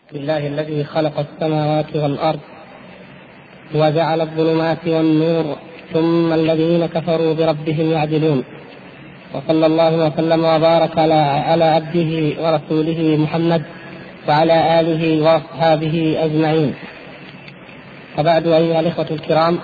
بالله الذي خلق السماوات والأرض وجعل الظلمات والنور ثم الذين كفروا بربهم يعدلون. وصلى الله وسلم وبارك على عبده ورسوله محمد وعلى آله وأصحابه أجمعين. وبعد، أيها الإخوة الكرام،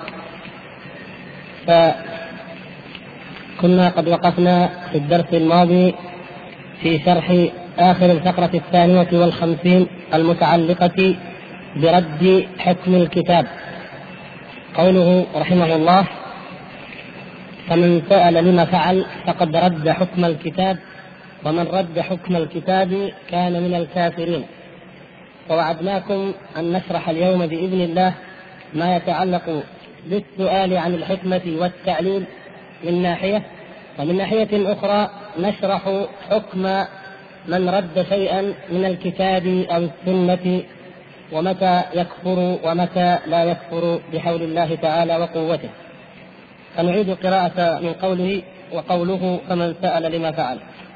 فكنا قد وقفنا في الدرس الماضي في شرح آخر الفقرة 52 المتعلقة برد حكم الكتاب. قوله رحمه الله: فمن سأل لما فعل فقد رد حكم الكتاب، ومن رد حكم الكتاب كان من الكافرين. ووعدناكم أن نشرح اليوم بإذن الله ما يتعلق بالسؤال عن الحكمة والتعليل من ناحية، ومن ناحية أخرى نشرح حكم من رد شيئا من الكتاب أو السنة، ومتى يكفر ومتى لا يكفر بحول الله تعالى وقوته. فنعيد قراءة من قوله: وقوله فمن سأل لما فعل.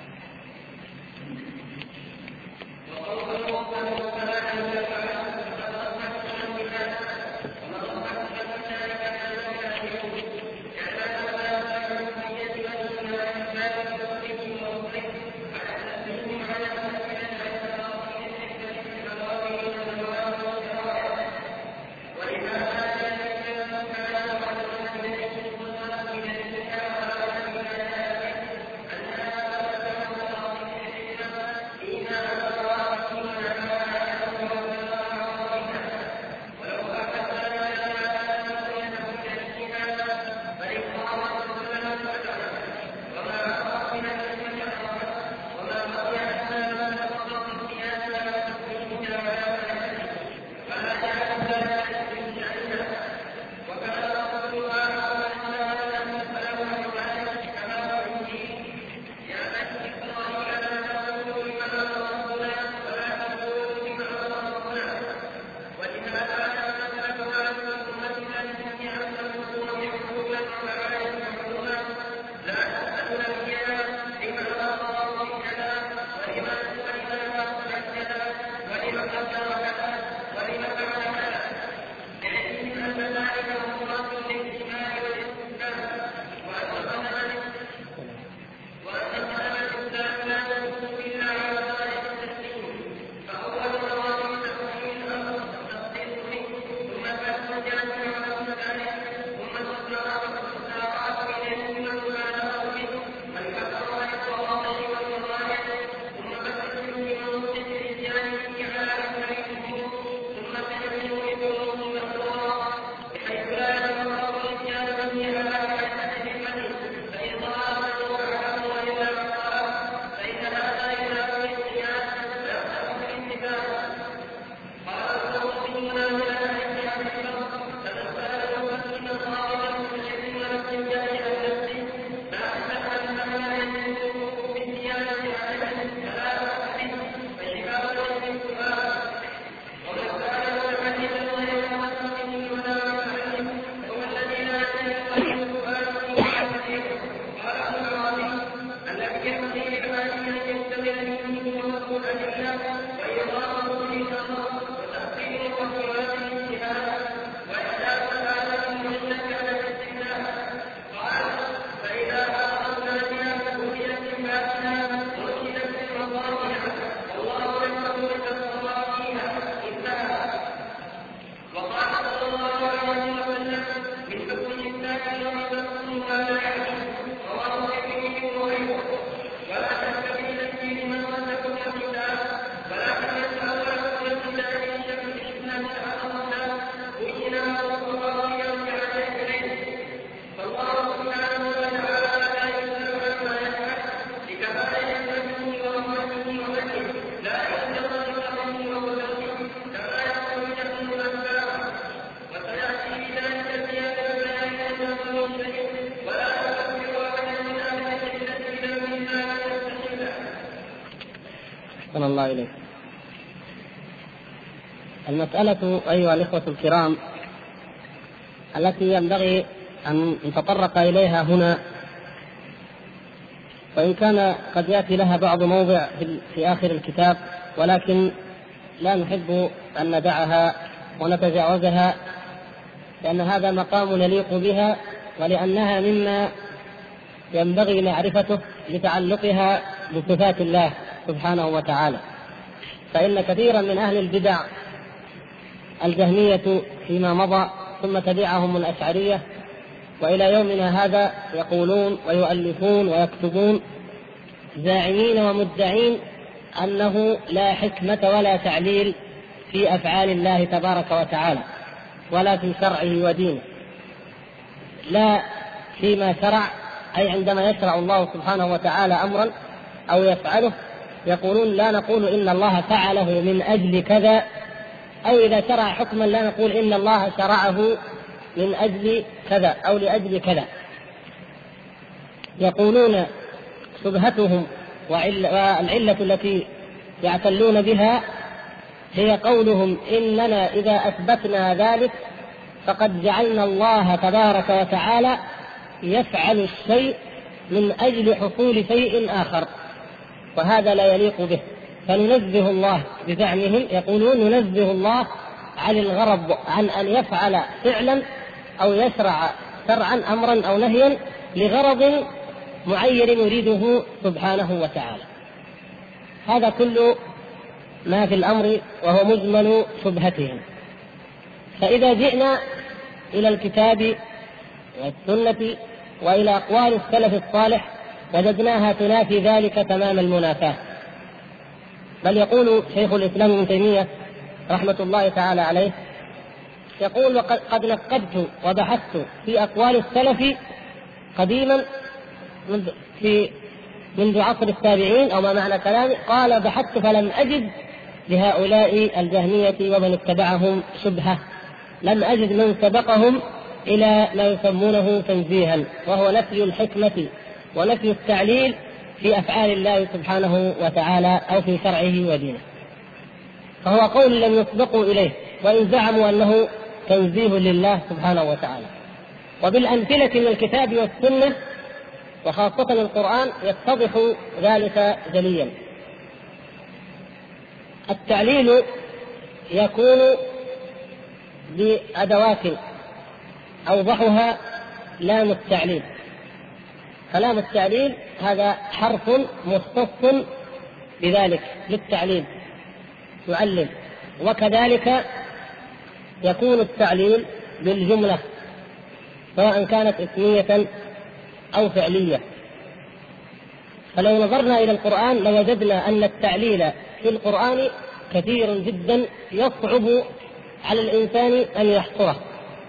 الله إليه. المسألة أيها الإخوة الكرام التي ينبغي أن نتطرق إليها هنا، وإن كان قد يأتي لها بعض موضع في آخر الكتاب، ولكن لا نحب أن ندعها ونتجاوزها، لأن هذا مقام يليق بها، ولأنها مما ينبغي معرفته لتعلقها بصفات الله سبحانه وتعالى. فإن كثيرا من أهل البدع الجهمية فيما مضى، ثم تبعهم الأشعرية، وإلى يومنا هذا يقولون ويؤلفون ويكتبون زاعمين ومدعين أنه لا حكمة ولا تعليل في أفعال الله تبارك وتعالى، ولا في شرعه ودينه، لا فيما شرع، أي عندما يشرع الله سبحانه وتعالى أمرا أو يفعله يقولون لا نقول إن الله فعله من أجل كذا، أو إذا شرع حكما لا نقول إن الله شرعه من أجل كذا أو لأجل كذا. يقولون شبهتهم والعلة التي يعتلون بها هي قولهم إننا إذا أثبتنا ذلك فقد جعلنا الله تبارك وتعالى يفعل الشيء من أجل حصول شيء آخر، وهذا لا يليق به، فننزه الله بزعمهم، يقولون ننزه الله عن الغرض، عن أن يفعل فعلا أو يشرع شرعا أمرا أو نهيا لغرض معين يريده سبحانه وتعالى. هذا كل ما في الأمر وهو مجمل شبهتهم. فإذا جئنا إلى الكتاب والسنة وإلى أقوال السلف الصالح وجدناها تنافي ذلك تمام المنافاة. بل يقول شيخ الإسلام ابن تيمية رحمة الله تعالى عليه، يقول وقد نقبت وبحثت في أقوال السلف قديما منذ عصر التابعين أو ما معنى كلامي، قال بحثت فلم أجد لهؤلاء الجهمية ومن اتبعهم شبهة، لم أجد من سبقهم إلى ما يسمونه تنزيها، وهو نفي الحكمة ونفي التعليل في أفعال الله سبحانه وتعالى أو في شرعه ودينه. فهو قول لم يسبقوا إليه، وإن زعموا أنه تنزيه لله سبحانه وتعالى. وبالأمثلة من الكتاب والسنة وخاصة القرآن يتضح ذلك جليا. التعليل يكون بأدوات أوضحها لام التعليل. فلام التعليل هذا حرف مختص بذلك للتعليل يعلم. وكذلك يكون التعليل بالجملة سواء كانت اسمية أو فعلية. فلو نظرنا إلى القرآن لوجدنا أن التعليل في القرآن كثير جدا يصعب على الإنسان أن يحصره،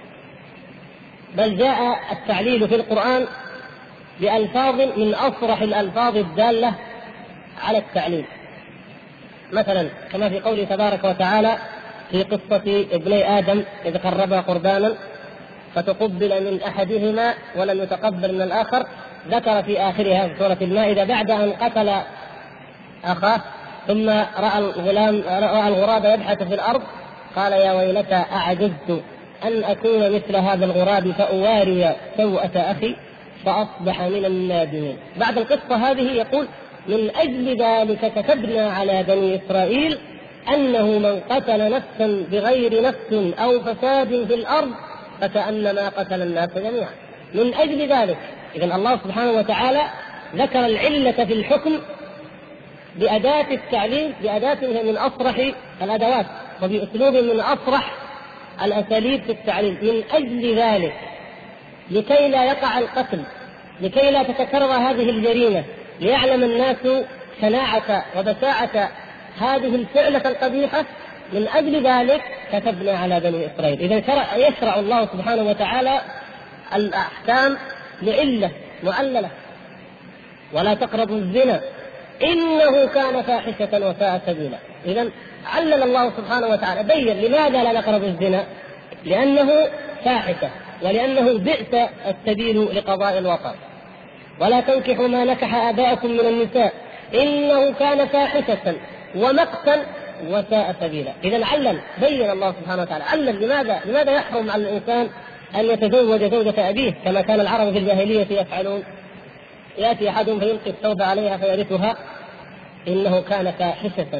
بل جاء التعليل في القرآن بألفاظ من أصرح الألفاظ الدالة على التعليل. مثلا كما في قوله تبارك وتعالى في قصة ابني آدم إذ قربا قربانا فتقبل من أحدهما ولم يتقبل من الآخر، ذكر في آخرها في سورة المائدة بعد أن قتل أخاه ثم رأى الغراب يبحث في الأرض قال يا ويلتى أعجزت أن أكون مثل هذا الغراب فأواري سوءة أخي فأصبح من النادمين. بعد القصة هذه يقول من أجل ذلك كتبنا على بني إسرائيل أنه من قتل نفسا بغير نفس أو فساد في الأرض فكأنما قتل الناس جميعا. من أجل ذلك إذن الله سبحانه وتعالى ذكر العلة في الحكم بأداة التعليل، بأداة من أصرح الأدوات وبأسلوب من أصرح الأساليب في التعليل. من أجل ذلك لكي لا يقع القتل، لكي لا تتكرر هذه الجريمة، ليعلم الناس شناعة وبشاعة هذه الفعلة القبيحة، من أجل ذلك كتبنا على بني إسرائيل. إذا يشرع الله سبحانه وتعالى الأحكام لعلة معللة. ولا تقربوا الزنا إنه كان فاحشة وساء سبيلا. إذن علل الله سبحانه وتعالى بين لماذا لا نقرب الزنا، لأنه فاحشة ولأنه بئس السبيل لقضاء الوطن. ولا تنكحوا ما نكح آباءكم من النساء إنه كان فاحشة ومقتا وساء سبيلا. إذن علل بين الله سبحانه وتعالى علل لماذا يحرم على الإنسان أن يتزوج زوجة أبيه كما كان العرب في الجاهلية يفعلون. يأتي أحدهم فيلقي الثوب عليها فيرثها إنه كان فاحشة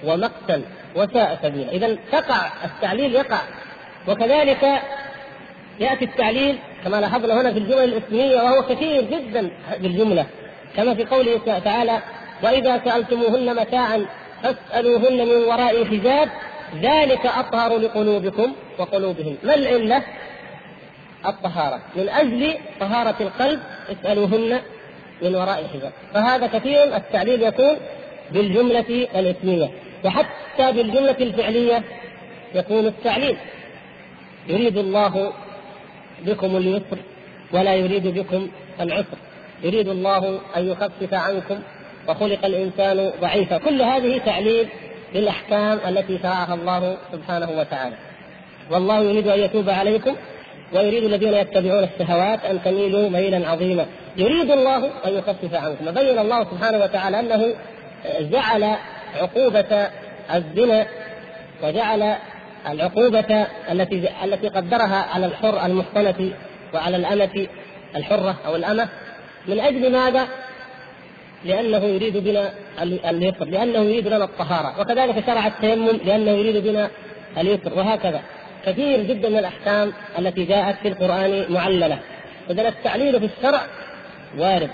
ومقتا وساء سبيلا. إذن تقع التعليل يقع. وكذلك يأتي التعليل كما لاحظنا هنا في الجمل الاسمية، وهو كثير جدا بالجملة، كما في قوله تعالى: وإذا سألتموهن متاعا فاسألوهن من وراء حجاب ذلك أطهر لقلوبكم وقلوبهم. ما العلة؟ الطهارة، من أجل طهارة القلب اسألوهن من وراء حجاب. فهذا كثير التعليل يكون بالجملة الاسمية، وحتى بالجملة الفعلية يكون التعليل: يريد الله بكم اليسر ولا يريد بكم العسر، يريد الله أن يخفف عنكم وخلق الإنسان ضعيفا. كل هذه تعليل للأحكام التي شرعها الله سبحانه وتعالى. والله يريد أن يتوب عليكم ويريد الذين يتبعون الشهوات أن تميلوا ميلا عظيما. يريد الله أن يخفف عنكم. وبين الله سبحانه وتعالى أنه جعل عقوبة الزنا وجعل العقوبة التي قدرها على الحر المحصنة وعلى الأمة الحرة أو الأمة من أجل ماذا؟ لأنه يريد بنا اليسر، لأنه يريد لنا الطهارة. وكذلك شرع التيمم لأنه يريد بنا اليسر، وهكذا كثير جدا من الأحكام التي جاءت في القرآن معللة. إذن التعليل في الشرع وارد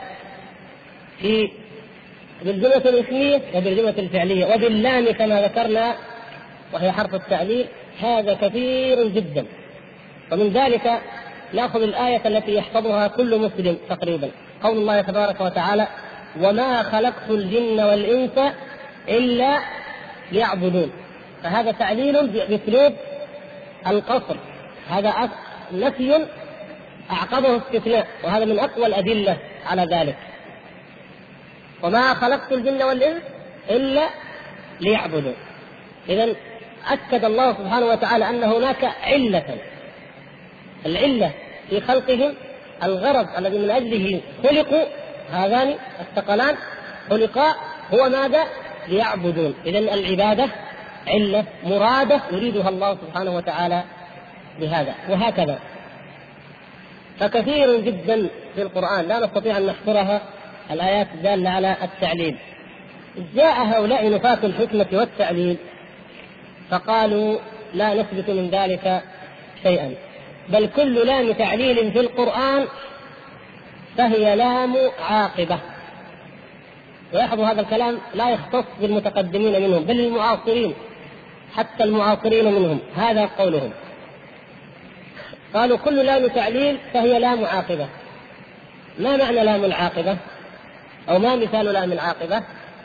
بالجملة الاسمية وبالجملة الفعلية وباللام كما ذكرنا وهي حرف التعليل. هذا كثير جدا. ومن ذلك نأخذ الآية التي يحفظها كل مسلم تقريبا، قول الله تبارك وتعالى: وما خلقت الجن والإنس إلا ليعبدون. فهذا تعليل بأسلوب القصر، هذا نفي أعقبه استثناء، وهذا من أقوى الأدلة على ذلك. وما خلقت الجن والإنس إلا ليعبدون. إذن أكد الله سبحانه وتعالى أن هناك علة، العلة في خلقهم، الغرض الذي من أجله خلقوا هذان الثقلان خلقا هو ماذا؟ ليعبدون. إذن العبادة علة مرادة يريدها الله سبحانه وتعالى بهذا. وهكذا فكثير جدا في القرآن لا نستطيع أن نحصرها الآيات الدالة على التعليل. جاء هؤلاء نفاة الحكمة والتعليل فقالوا: لا نثبت من ذلك شيئا، بل كل لام تعليل في القرآن فهي لام عاقبة. ويحظوا هذا الكلام لا يختص بالمتقدمين منهم بل المعاصرين، حتى المعاصرين منهم هذا قولهم. قالوا كل لام تعليل فهي لام عاقبة. ما معنى لام العاقبة؟ أو ما مثال لام العاقبة؟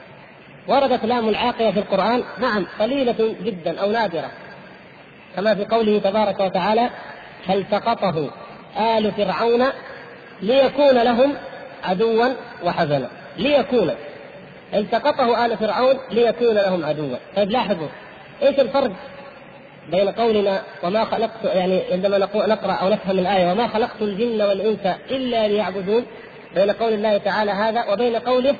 وردت لام العاقبة في القرآن نعم قليلة جدا أو نادرة، كما في قوله تبارك وتعالى: فالتقطه آل فرعون ليكون لهم عدوا وحزنا. ليكون، التقطه آل فرعون ليكون لهم عدوا. طيب لاحظوا ايش الفرق بين قولنا وما خلقت، يعني عندما نقرأ أو نفهم الآية وما خلقت الجن والإنس إلا ليعبدون، بين قول الله تعالى هذا وبين قوله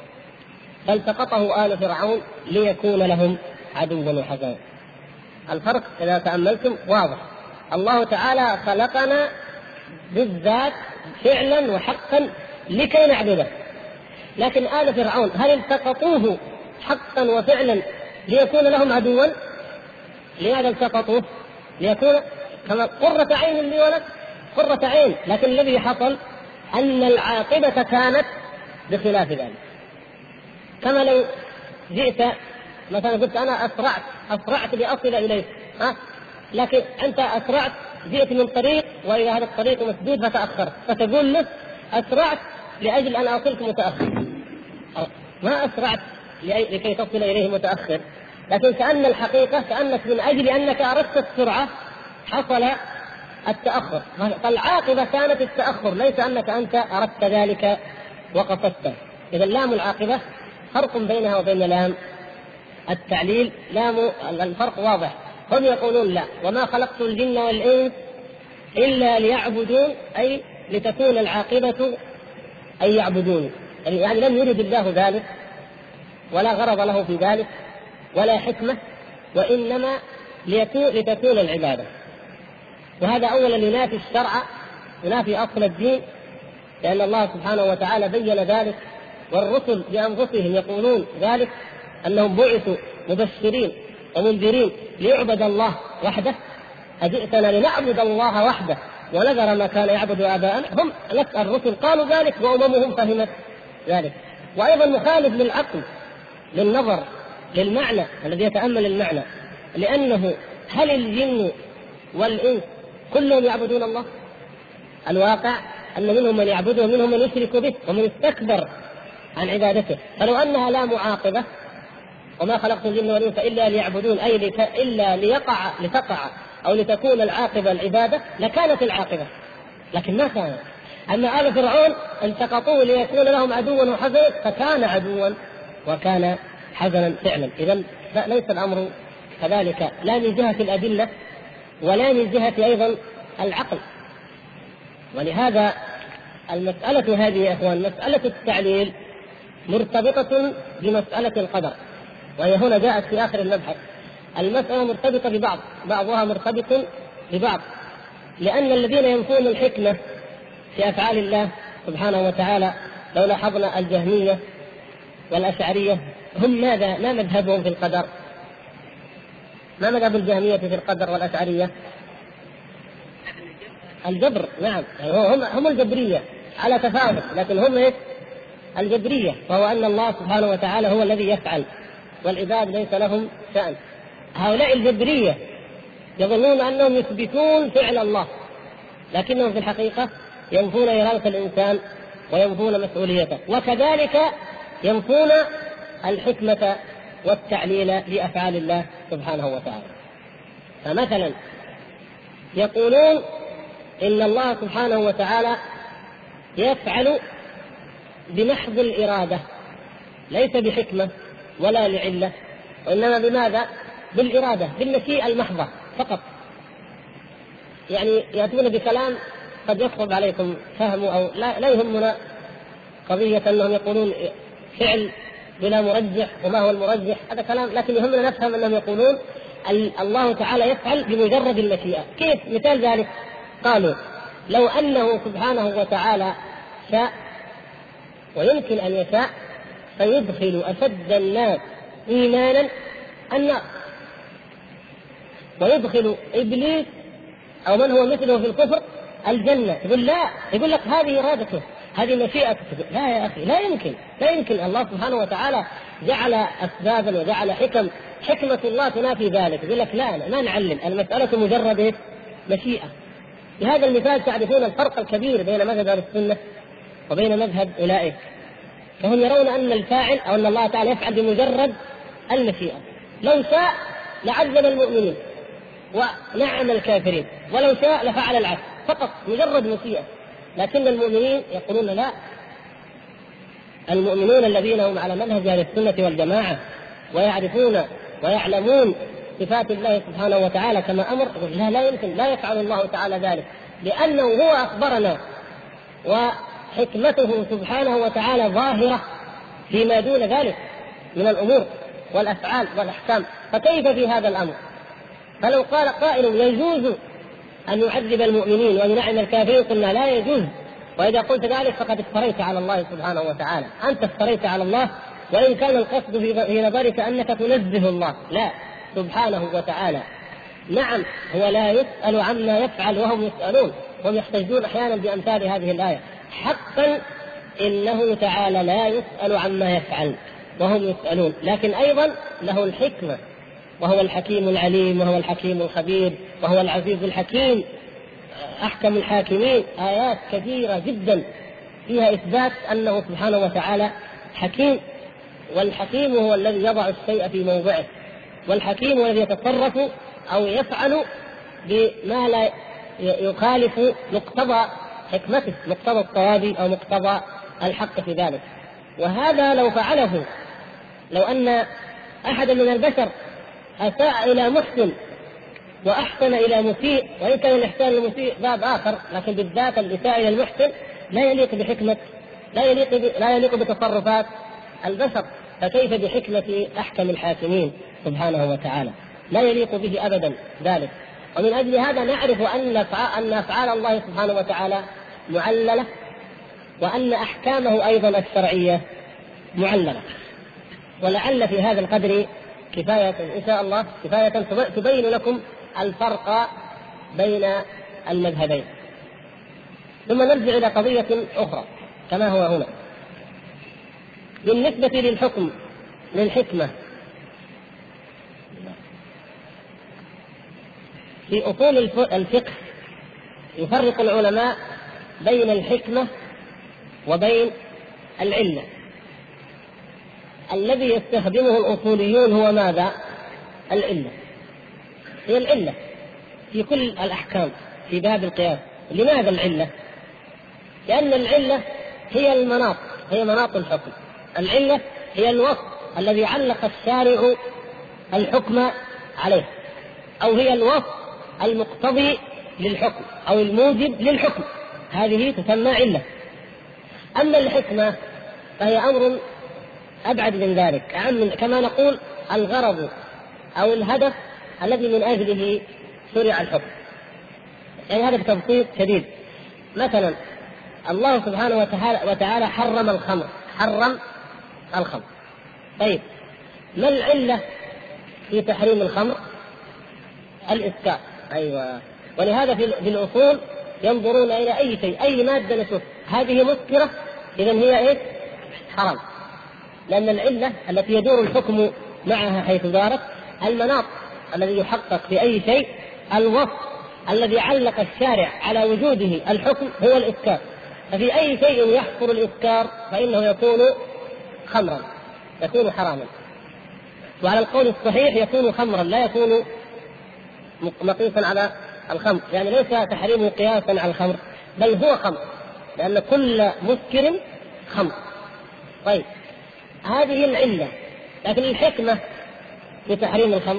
فالتقطه آل فرعون ليكون لهم عدوا وحزنا. الفرق إذا تأملتم واضح. الله تعالى خلقنا بالذات فعلا وحقا لكي نعبده، لكن آل فرعون هل التقطوه حقا وفعلا ليكون لهم عدوا؟ لماذا التقطوه؟ ليكون كما قرة عين لي ولك، قرة عين، لكن الذي حصل أن العاقبة كانت بخلاف ذلك. كما لو جئت مثلا قلت أنا أسرعت لأصل إليك، لكن أنت أسرعت جئت من طريق وإذا هذا الطريق مسدود فتأخرت، فتقول له أسرعت لأجل أن أصلك متأخر. ما أسرعت لكي تصل إليه متأخر، لكن كأن الحقيقة كأنك من أجل أنك أردت السرعة حصل التأخر. فالعاقبة كانت التأخر، ليس أنك أنت أردت ذلك وقصدته. إذا لام العاقبة فرق بينها وبين لام التعليل. لام الفرق واضح. هم يقولون لا، وما خلقت الجن والإنس إلا ليعبدون، أي لتكون العاقبة أي يعبدون، يعني لم يرد الله ذلك ولا غرض له في ذلك ولا حكمة، وإنما لتكون العبادة. وهذا أولا ينافي الشرع، ينافي أصل الدين، لأن الله سبحانه وتعالى بين ذلك، والرسل بأنفسهم يقولون ذلك، أنهم بعثوا مبشرين ومنذرين ليعبد الله وحده؟ أجئتنا لنعبد الله وحده ونذر ما كان يعبد آباءنا؟ هم الرسل قالوا ذلك وأممهم فهمت ذلك. وأيضا مخالف للعقل، للنظر، للمعنى الذي يتأمل المعنى، لأنه هل الجن والإنس كلهم يعبدون الله؟ الواقع أن منهم من يعبده ومنهم من يشرك به ومن استكبر عن عبادته. فلو أنها لا معاقبة وما خلقت الجن والإنس إلا ليعبدون، أي إلا لتقع أو لتكون العاقبة العبادة، لكانت العاقبة، لكن ما كانت. أما آل فرعون التقطوه ليكون لهم عدوا وحزنا، فكان عدوا وكان حزنا فعلا. إذن ليس الأمر كذلك، لا من جهة الأدلة ولا من جهة أيضا العقل. ولهذا المسألة هذه يا إخوان، مسألة التعليل مرتبطة بمسألة القدر، وهي هنا جاءت في آخر المبحث. المسألة مرتبطة ببعض، بعضها مرتبط ببعض، لأن الذين ينفون الحكمة في أفعال الله سبحانه وتعالى، لو لاحظنا الجهمية والأشعرية، هم ماذا؟ ما مذهبهم في القدر؟ ما مذهب الجهمية في القدر والأشعرية؟ الجبر، نعم، هم الجبرية على تفاوت، لكن هم الجبرية، وهو أن الله سبحانه وتعالى هو الذي يفعل والعباد ليس لهم شأن. هؤلاء الجبرية يظنون أنهم يثبتون فعل الله، لكنهم في الحقيقة ينفون إرادة الإنسان وينفون مسؤوليته، وكذلك ينفون الحكمة والتعليل لأفعال الله سبحانه وتعالى. فمثلا يقولون إن الله سبحانه وتعالى يفعل بمحض الإرادة، ليس بحكمة ولا لعلة، وإنما بماذا؟ بالإرادة، بالمشيئة المحضة فقط. يعني يأتون بكلام قد يصعب عليكم فهمه، أو لا يهمنا قضية أنهم يقولون فعل بلا مرجح، وما هو المرجح؟ هذا كلام، لكن يهمنا نفهم أنهم يقولون الله تعالى يفعل بمجرد المشيئة. كيف؟ مثال ذلك قالوا لو أنه سبحانه وتعالى شاء، ويمكن أن يشاء، فيدخل أشد الناس إيمانا النار، ويدخل إبليس أو من هو مثله في الكفر الجنة. يقول لا، يقول لك هذه إرادته، هذه مشيئته. لا يا أخي، لا يمكن. الله سبحانه وتعالى جعل أسبابا وجعل حكم، حكمة الله تنافي ذلك. يقول لك لا، ما نعلم، المسألة مجرد مشيئة. بهذا المثال تعرفون الفرق الكبير بين مذهب أهل السنة وبين مذهب أولئك. فهم يرون أن الفاعل أو أن الله تعالى يفعل بمجرد المشيئة. لو شاء لعذب المؤمنين ونعم الكافرين، ولو شاء لفعل العكس، فقط مجرد مشيئة. لكن المؤمنين يقولون لا، المؤمنون الذين هم على منهج أهل السنة والجماعة ويعرفون ويعلمون صفات الله سبحانه وتعالى كما أمر، لا يمكن، لا يفعل الله تعالى ذلك، لأنه هو أخبرنا وحكمته سبحانه وتعالى ظاهرة فيما دون ذلك من الأمور والأفعال والأحكام. فكيف في هذا الأمر؟ فلو قال قائل يجوز أن يعذب المؤمنين وينعم الكافرين، قلنا لا يجوز. وإذا قلت ذلك فقد افتريت على الله سبحانه وتعالى، أنت افتريت على الله، وإن كان القصد في نظرك أنك تنزه الله. لا، سبحانه وتعالى نعم هو لا يسأل عما يفعل وهم يسألون، هم يحتجون أحيانا بأمثال هذه الآية. حقا إنه تعالى لا يسأل عما يفعل وهم يسألون، لكن أيضا له الحكمة، وهو الحكيم العليم، وهو الحكيم الخبير، وهو العزيز الحكيم، أحكم الحاكمين. آيات كثيرة جدا فيها إثبات أنه سبحانه وتعالى حكيم، والحكيم هو الذي يضع الشيء في موضعه، والحكيم هو الذي يتصرف أو يفعل بما لا يخالف مقتضى حكمته، مقتضى الصواب أو مقتضى الحق في ذلك. وهذا لو فعله، لو أن أحد من البشر أساء إلى محسن وأحسن إلى مسيء، وإن كان الإحسان للمسيء باب آخر، لكن بالذات الإساءة إلى المحسن لا يليق بحكمة، لا يليق بتصرفات البشر، فكيف بحكمة أحكم الحاكمين سبحانه وتعالى؟ لا يليق به أبدا ذلك. ومن أجل هذا نعرف أن أفعال الله سبحانه وتعالى معللة، وأن أحكامه أيضا الشرعية معللة. ولعل في هذا القدر كفاية إن شاء الله، كفاية تبين لكم الفرق بين المذهبين. ثم نرجع إلى قضية أخرى كما هو هنا بالنسبة للحكم للحكمة. في أصول الفقه يفرق العلماء بين الحكمة وبين العلة. الذي يستخدمه الأصوليون هو ماذا؟ العلة. هي العلة في كل الأحكام في باب القياس. لماذا العلة؟ لأن العلة هي المناط، هي مناط الحكم. العلة هي الوصف الذي علق الشارع الحكم عليه، أو هي الوصف المقتضي للحكم أو الموجب للحكم، هذه تسمى علة. أما الحكمة فهي أمر أبعد من ذلك، كما نقول الغرض أو الهدف الذي من أجله شرع الحكم. يعني هذا بتبسيط شديد. مثلا الله سبحانه وتعالى حرم الخمر، حرم الخمر. طيب ما العلة في تحريم الخمر؟ الإسكار. أيوة. ولهذا في الأصول ينظرون إلى أي شيء، أي مادة نشوف هذه مسكرة إذن هي إيه؟ حرام. لأن العلة التي يدور الحكم معها حيث دارت، المناط الذي يحقق في أي شيء، الوصف الذي علق الشارع على وجوده الحكم هو الإسكار. ففي أي شيء يحصل الإسكار فإنه يكون خمرا، يكون حراما. وعلى القول الصحيح يكون خمرا، لا يكون مقيسا على الخمر، يعني ليس تحريمه قياسا على الخمر، بل هو خمر، لأن كل مسكر خمر. طيب هذه العلة. لكن الحكمة في تحريم الخمر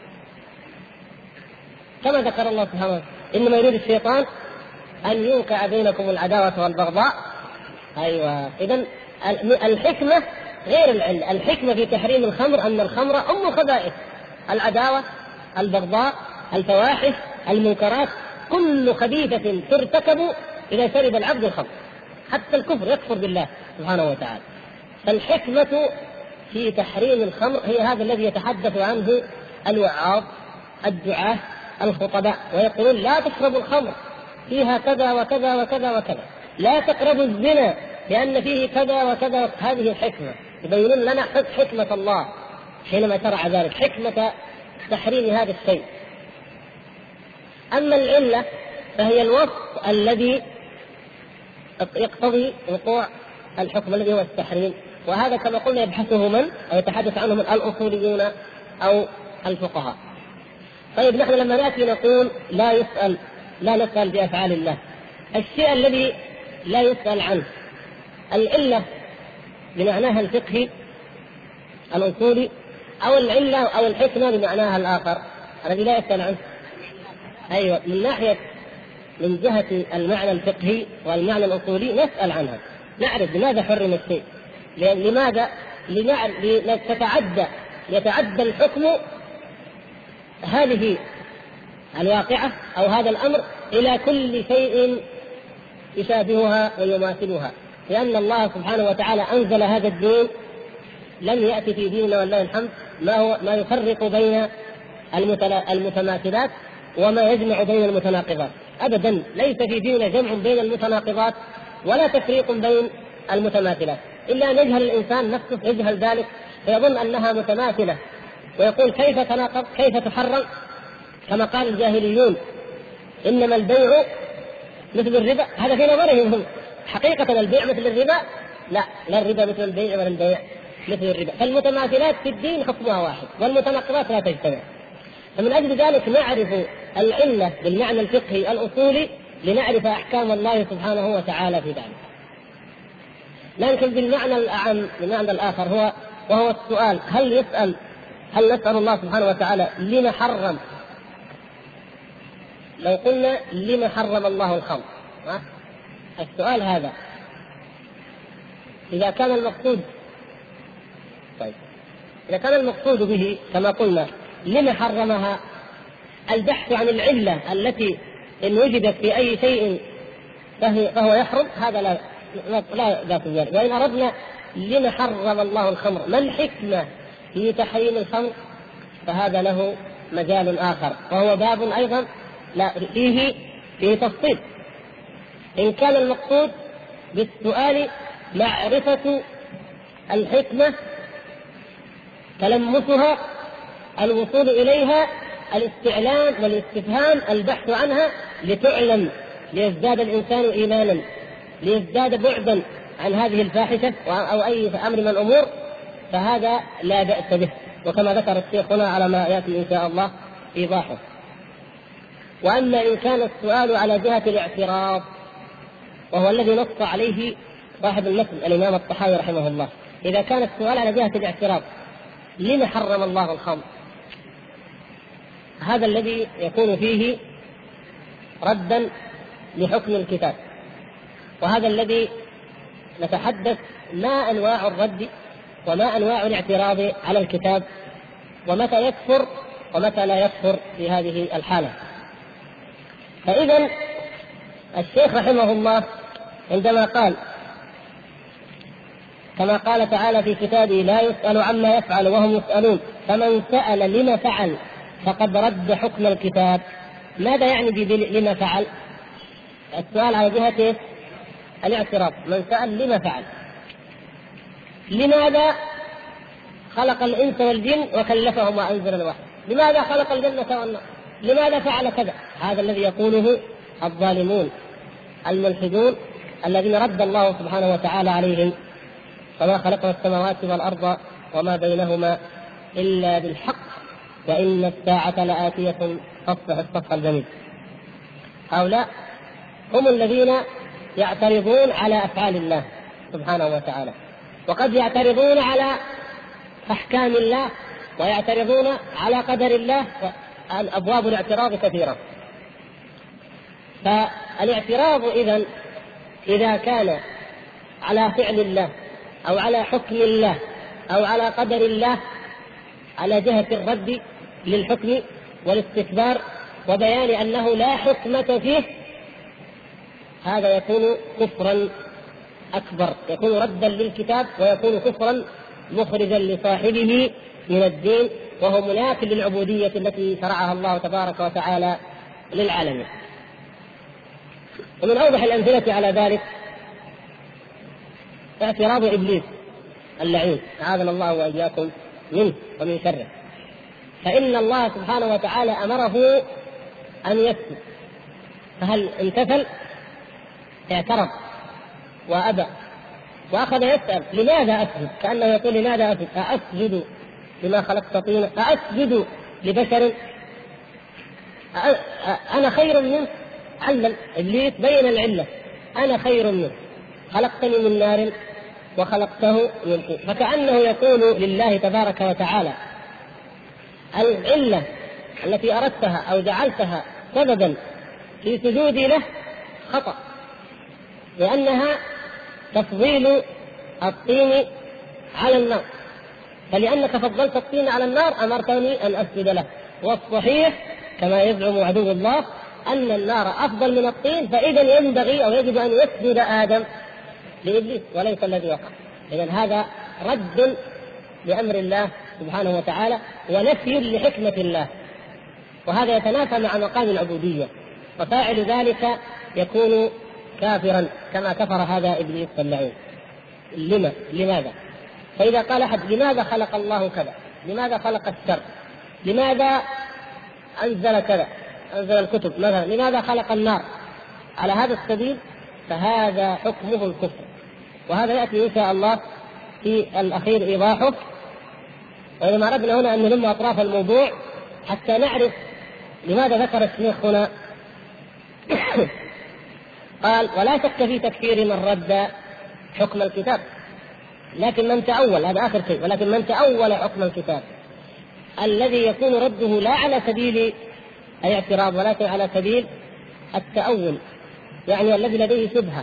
كما ذكر الله سبحانه وتعالى: إنما يريد الشيطان أن يوقع بينكم العداوة والبغضاء. أيوة. إذن الحكمة غير العلة. الحكمة في تحريم الخمر أن الخمر أم الخبائث، العداوة، البغضاء، الفواحش، المنكرات، كل خبيثة ترتكب إذا شرب العبد الخمر، حتى الكفر، يكفر بالله سبحانه وتعالى. فالحكمة في تحريم الخمر هي هذا الذي يتحدث عنه الوعاظ، الدعاة، الخطباء، ويقولون: لا تشربوا الخمر، فيها كذا وكذا وكذا وكذا. لا تقربوا الزنا لأن فيه كذا وكذا. هذه الحكمة، يبينون لنا حكمة الله حينما شرع ذلك، حكمة تحريم هذا الشيء. أما العلة فهي الوصف الذي يقتضي وقوع الحكم الذي هو التحريم، وهذا كما قلنا يبحثه من أو يتحدث عنه من الأصوليون أو الفقهاء. طيب نحن لما نأتي نقول لا نسأل بأفعال الله، الشيء الذي لا يسأل عنه العلة بمعناها الفقهي الأصولي، أو العلة أو الحكمة بمعناها الآخر الذي لا يسأل عنه. أيوة، من جهة المعنى الفقهي والمعنى الأصولي نسأل عنها، نعرف لماذا حرم الشيء، لماذا يتعدى الحكم هذه الواقعة أو هذا الأمر إلى كل شيء يشابهها ويماثلها. لأن الله سبحانه وتعالى أنزل هذا الدين، لم يأتي في ديننا والله الحمد ما يفرق بين المتماثلات وما يجمع بين المتناقضات أبدا. ليس في ديننا جمع بين المتناقضات ولا تفريق بين المتماثلات، إلا أن يجهل الإنسان نفسه، يجهل ذلك فيظن أنها متماثلة ويقول: كيف تناقض، كيف تحرم؟ كما قال الجاهليون: إنما البيع مثل الربا. هذا في نظرهم هم. حقيقة البيع مثل الربا؟ لا الربا مثل البيع ولا البيع مثل الربا. فالمتماثلات في الدين حكمها واحد والمتناقضات لا تجتمع. فمن أجل ذلك نعرف العلة بالمعنى الفقهي الأصولي لنعرف أحكام الله سبحانه وتعالى في ذلك. لكن بالمعنى الأعم، بالمعنى الآخر وهو السؤال: هل نسأل الله سبحانه وتعالى لما حرم؟ لو قلنا لما حرم الله الخمر، السؤال هذا إذا كان المقصود به كما قلنا لما حرمها، البحث عن العلة التي إن وجدت في أي شيء فهو يحرم، هذا لا ذات ذلك. وإن أردنا لما حرم الله الخمر، ما الحكمة في تحريم الخمر، فهذا له مجال آخر، وهو باب أيضا لا فيه تفصيل. إن كان المقصود بالسؤال معرفة الحكمة، تلمسها، الوصول إليها، الاستعلام والاستفهام، البحث عنها لتعلم، ليزداد الإنسان إيمانا، ليزداد بعدا عن هذه الفاحشة أو أي أمر من الأمور، فهذا لا بأس به، وكما ذكر الشيخ هنا على ما يأتي إن شاء الله إيضاحه. وأما إن كان السؤال على جهة الاعتراض، وهو الذي نص عليه صاحب المتن الإمام الطحاوي رحمه الله، إذا كان السؤال على جهة الاعتراض لما حرم الله الخمر، هذا الذي يكون فيه ردا لحكم الكتاب، وهذا الذي نتحدث ما أنواع الرد وما أنواع الاعتراض على الكتاب، ومتى يكفر ومتى لا يكفر في هذه الحالة. فإذا الشيخ رحمه الله عندما قال كما قال تعالى في كتابه: لا يسأل عما يفعل وهم يسألون، فمن سأل لما فعل فقد رد حكم الكتاب. ماذا يعني لما فعل؟ السؤال على جهة الاعتراض. من سأل لما فعل، لماذا خلق الإنس والجن وكلفهم وأنزل الوحي، لماذا خلق الجنة والنار، لماذا فعل كذا؟ هذا الذي يقوله الظالمون الملحدون الذين رد الله سبحانه وتعالى عليهم: وما خلقنا السماوات والأرض وما بينهما إلا بالحق وإن الساعة لآتية فاصفح الصفح الجميل. هؤلاء هم الذين يعترضون على أفعال الله سبحانه وتعالى، وقد يعترضون على أحكام الله ويعترضون على قدر الله، أبواب الاعتراض كثيرة. فالاعتراض إذا كان على فعل الله أو على حكم الله أو على قدر الله على جهة الرد للحكم والاستكبار وبيان أنه لا حكمة فيه، هذا يكون كفرا أكبر، يكون ردا للكتاب ويكون كفرا مخرجا لصاحبه من الدين، وهو مناف للعبودية التي شرعها الله تبارك وتعالى للعالمين. ومن أوضح الأمثلة على ذلك اعتراض إبليس اللعين، أعاذنا الله وإياكم منه ومن شره. فإن الله سبحانه وتعالى أمره أن يسجد، فهل امتثل؟ اعترض وأبى وأخذ يسأل: لماذا أسجد؟ كأنه يقول: لماذا أسجد؟ أسجد لما خلقت طينا؟ أسجد لبشر؟ أنا خير منه؟ علل إبليس، بين العلة: أنا خير منه، خلقتني من نار وخلقته من طين. فكأنه يقول لله تبارك وتعالى: العلة التي أردتها أو جعلتها سببا في سجودي له خطأ، لأنها تفضيل الطين على النار، فلأنك فضلت الطين على النار أمرتني أن أسجد له. والصحيح كما يزعم عدو الله أن النار أفضل من الطين، فإذا ينبغي أو يجب أن يسجد آدم لإبليس وليس الذي وقع. إذن هذا رد لأمر الله سبحانه وتعالى ونفي لحكمة الله، وهذا يتنافى مع مقام العبودية، وفاعل ذلك يكون كافرا كما كفر هذا إبليس اللعين. لماذا؟ فإذا قال أحد: لماذا خلق الله كذا؟ لماذا خلق الشر؟ لماذا أنزل كذا، أنزل الكتب مثلا؟ لماذا خلق النار؟ على هذا السبيل فهذا حكمه الكفر، وهذا يأتي إن شاء الله في الأخير إيضاحه. وإذا أردنا هنا أن نلم أطراف الموضوع حتى نعرف لماذا ذكر الشيخ هنا قال: ولا شك في تكفير من رد حكم الكتاب، لكن من تأول، هذا آخر شيء، ولكن من تأول حكم الكتاب الذي يكون رده لا على سبيل الاعتراض ولكن على سبيل التأول، يعني الذي لديه شبهة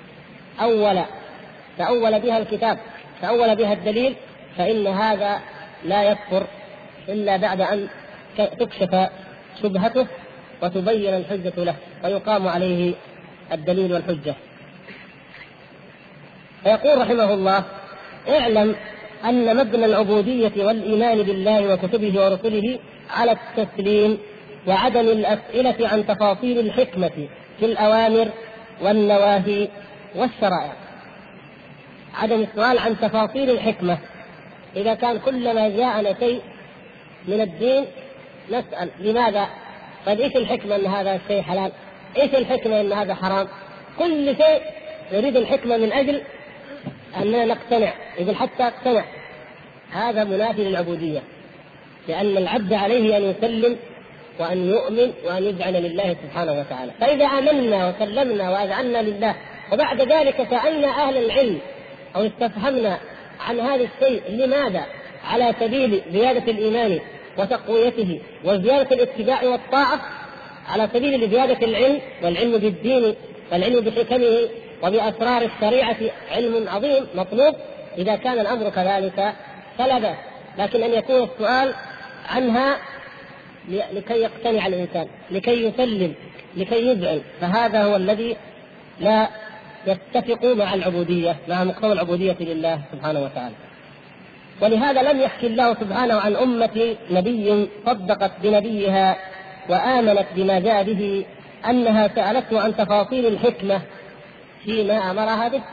تأول بها الكتاب، تأول بها الدليل، فإن هذا لا يكفر إلا بعد أن تكشف شبهته وتبين الحجة له ويقام عليه الدليل والحجة. فيقول رحمه الله: اعلم أن مبنى العبودية والإيمان بالله وكتبه ورسله على التسليم وعدم الأسئلة عن تفاصيل الحكمة في الأوامر والنواهي والشرائع. عدم السؤال عن تفاصيل الحكمة، إذا كان كلما جاءنا شيء من الدين نسأل لماذا؟ طيب إيش الحكمة أن هذا الشيء حلال؟ إيش الحكمة أن هذا حرام؟ كل شيء نريد الحكمة من أجل أننا نقتنع، إذن حتى أقتنع. هذا منافي للعبودية، لأن العبد عليه أن يسلم وأن يؤمن وأن يذعن لله سبحانه وتعالى. فإذا آمنا وسلمنا وأذعنا لله وبعد ذلك سألنا أهل العلم أو استفهمنا عن هذا الشيء لماذا، على سبيل زيادة الإيمان وتقويته وزيادة الاتباع والطاعة، على سبيل زيادة العلم والعلم بالدين والعلم بحكمه وبأسرار الشريعة، علم عظيم مطلوب. إذا كان الأمر كذلك فلا بأس، لكن أن يكون السؤال عنها لكي يقتنع الإنسان، لكي يسلم، لكي يذعن، فهذا هو الذي لا يتفق مع العبودية، مع مقتضى العبودية لله سبحانه وتعالى. ولهذا لم يحكي الله سبحانه عن أمة نبي صدقت بنبيها وآمنت بما جاء به أنها سألته عن تفاصيل الحكمة فيما أمرها به.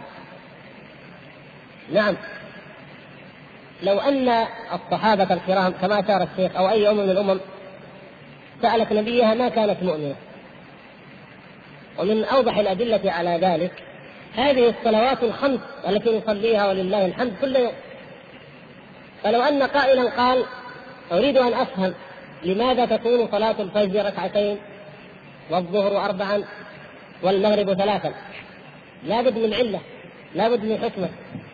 نعم، لو أن الصحابة الكرام كما أشار الشيخ أو أي أمة من الأمم سألت نبيها ما كانت مؤمنة. ومن أوضح الأدلة على ذلك هذه الصلوات الخمس التي نصليها ولله الحمد كل يوم. فلو أن قائلا قال أريد أن أفهم لماذا تكون صلاة الفجر ركعتين والظهر 4 والمغرب 3، لابد من علة، لابد من حكمة.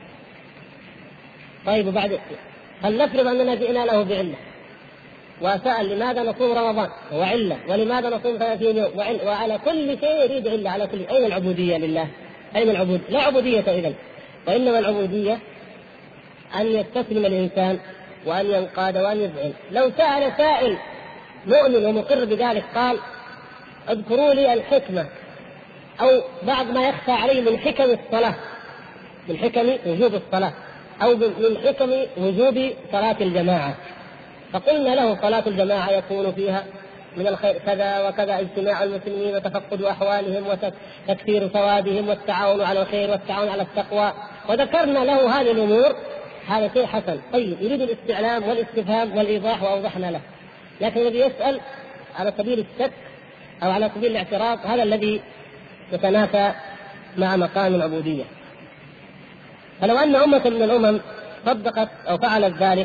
طيب وبعد فلنفرض أننا جئنا له بعلة وسأل لماذا نصوم رمضان وعلة، ولماذا نصوم 30 يوم وعلى كل شيء يريد علة، على كل. أين العبودية لله؟ أين العبودية؟ لا عبودية إذن، وإنما العبودية أن يستسلم الإنسان وأن ينقاد وأن يذعن. لو سأل سائل مؤمن ومقر بذلك قال اذكروا لي الحكمة أو بعض ما يخفى عليه من حكم الصلاة، من حكم وجوب الصلاة أو من حكم وجوب صلاة الجماعة، فقلنا له صلاة الجماعة يكون فيها من الخير كذا وكذا، اجتماع المسلمين وتفقد أحوالهم وتكثير ثوابهم والتعاون على الخير والتعاون على التقوى، وذكرنا له هذه الأمور. هذا شيء حسن. طيب يريد الاستعلام والاستفهام والإيضاح وأوضحنا له، لكن الذي يسأل على سبيل الشك أو على سبيل الاعتراض هذا الذي يتنافى مع مقام العبودية. فلو أن أمة من الأمم صدقت أو فعلت ذلك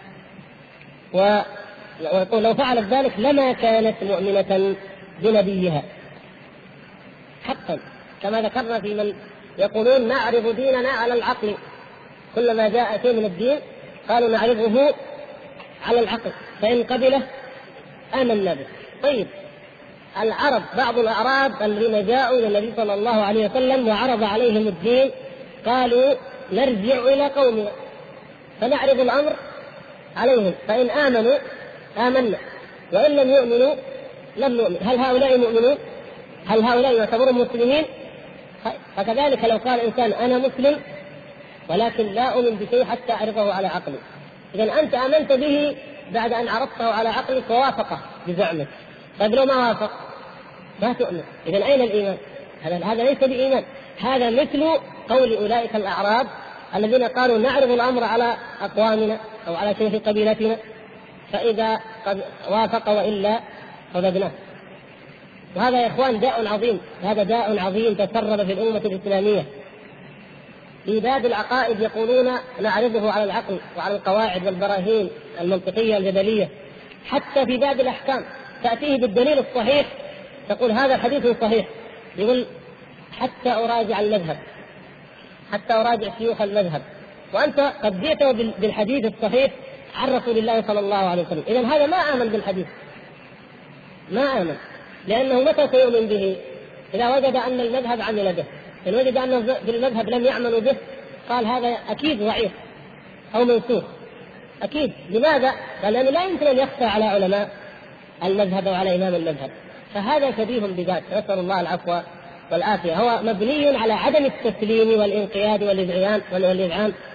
ولو فعلت ذلك لما كانت مؤمنة بنبيها حقا، كما ذكرنا في من يقولون نعرض ديننا على العقل، كلما جاء شيء من الدين قالوا نعرضه على العقل فإن قبله آمنا به. طيب العرب، بعض الأعراب الذين جاءوا إلى النبي صلى الله عليه وسلم وعرض عليهم الدين قالوا نرجع إلى قومنا فنعرض الأمر عليهم، فإن آمنوا آمنا وإن لم يؤمنوا لم نؤمن. هل هؤلاء مؤمنون؟ هل هؤلاء يعتبرون مسلمين؟ فكذلك لو قال إنسان أنا مسلم ولكن لا أؤمن بشيء حتى أعرضه على عقلي، إذن أنت آمنت به بعد أن عرضته على عقلك ووافقه بزعمك، طيب لو ما وافق ما تؤمن. إذن أين الإيمان؟ هذا ليس بإيمان، هذا مثل قول أولئك الأعراب الذين قالوا نعرض الأمر على أقوامنا أو على شيء في قبيلتنا فإذا قد وافق وإلا رددناه. وهذا يا إخوان داء عظيم، هذا داء عظيم تسرب في الأمة الإسلامية. في باب العقائد يقولون نعرضه على العقل وعلى القواعد والبراهين المنطقية الجدلية، حتى في باب الأحكام تأتيه بالدليل الصحيح تقول هذا حديث صحيح، يقول حتى أراجع المذهب، حتى أراجع شيوخ المذهب، وأنت قد جئت بالحديث الصحيح عن رسول الله صلى الله عليه وسلم. إذن هذا ما آمن بالحديث، ما آمن، لأنه متى سيؤمن به؟ إذا وجد أن المذهب عمل به. إن وجد أن في المذهب لم يعملوا به قال هذا أكيد ضعيف أو منسوخ أكيد. لماذا؟ لأنه لا يمكن أن يخفى على علماء المذهب وعلى إمام المذهب، فهذا شبيه بذات، نسأل الله العفو والعافية. هو مبني على عدم التسليم والانقياد والإذعان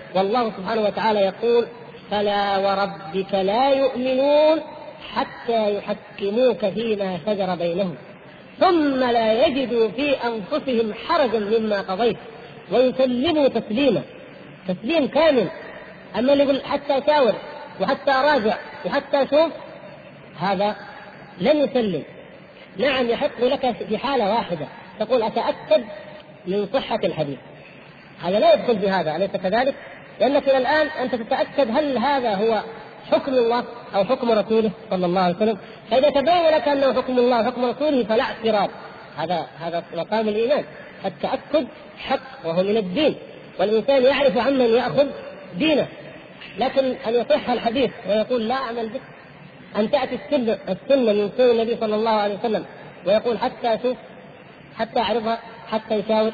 والله سبحانه وتعالى يقول: فلا وربك لا يؤمنون حتى يحكموك فيما شجر بينهم ثم لا يجدوا في أنفسهم حرجا مما قضيت ويسلموا تسليما، تسليم كامل. أما اللي يقول حتى أشاور وحتى أراجع وحتى أشوف، هذا لن يسلم. نعم، يحق لك في حالة واحدة تقول أتأكد من صحة الحديث، هذا لا يدخل بهذا، أليس كذلك؟ لأنك إلى الآن أنت تتأكد هل هذا هو حكم الله أو حكم رسوله صلى الله عليه وسلم. فإذا تبين لك أنه حكم الله وحكم رسوله فلا اعتراض، هذا مقام الإيمان. التأكد حق وهو من الدين، والإنسان يعرف عمن يأخذ دينه. لكن أن يصح الحديث ويقول لا أعمل به، أن تأتي السنة من سنة النبي صلى الله عليه وسلم ويقول حتى أشوف، حتى أعرفها، حتى يشاور.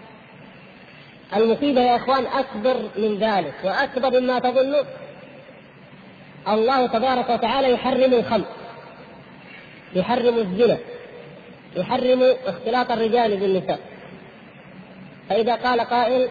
المصيبة يا إخوان أكبر من ذلك وأكبر مما تظنون. الله تبارك وتعالى يحرم الخمر، يحرم الزنا، يحرم اختلاط الرجال بالنساء. فإذا قال قائل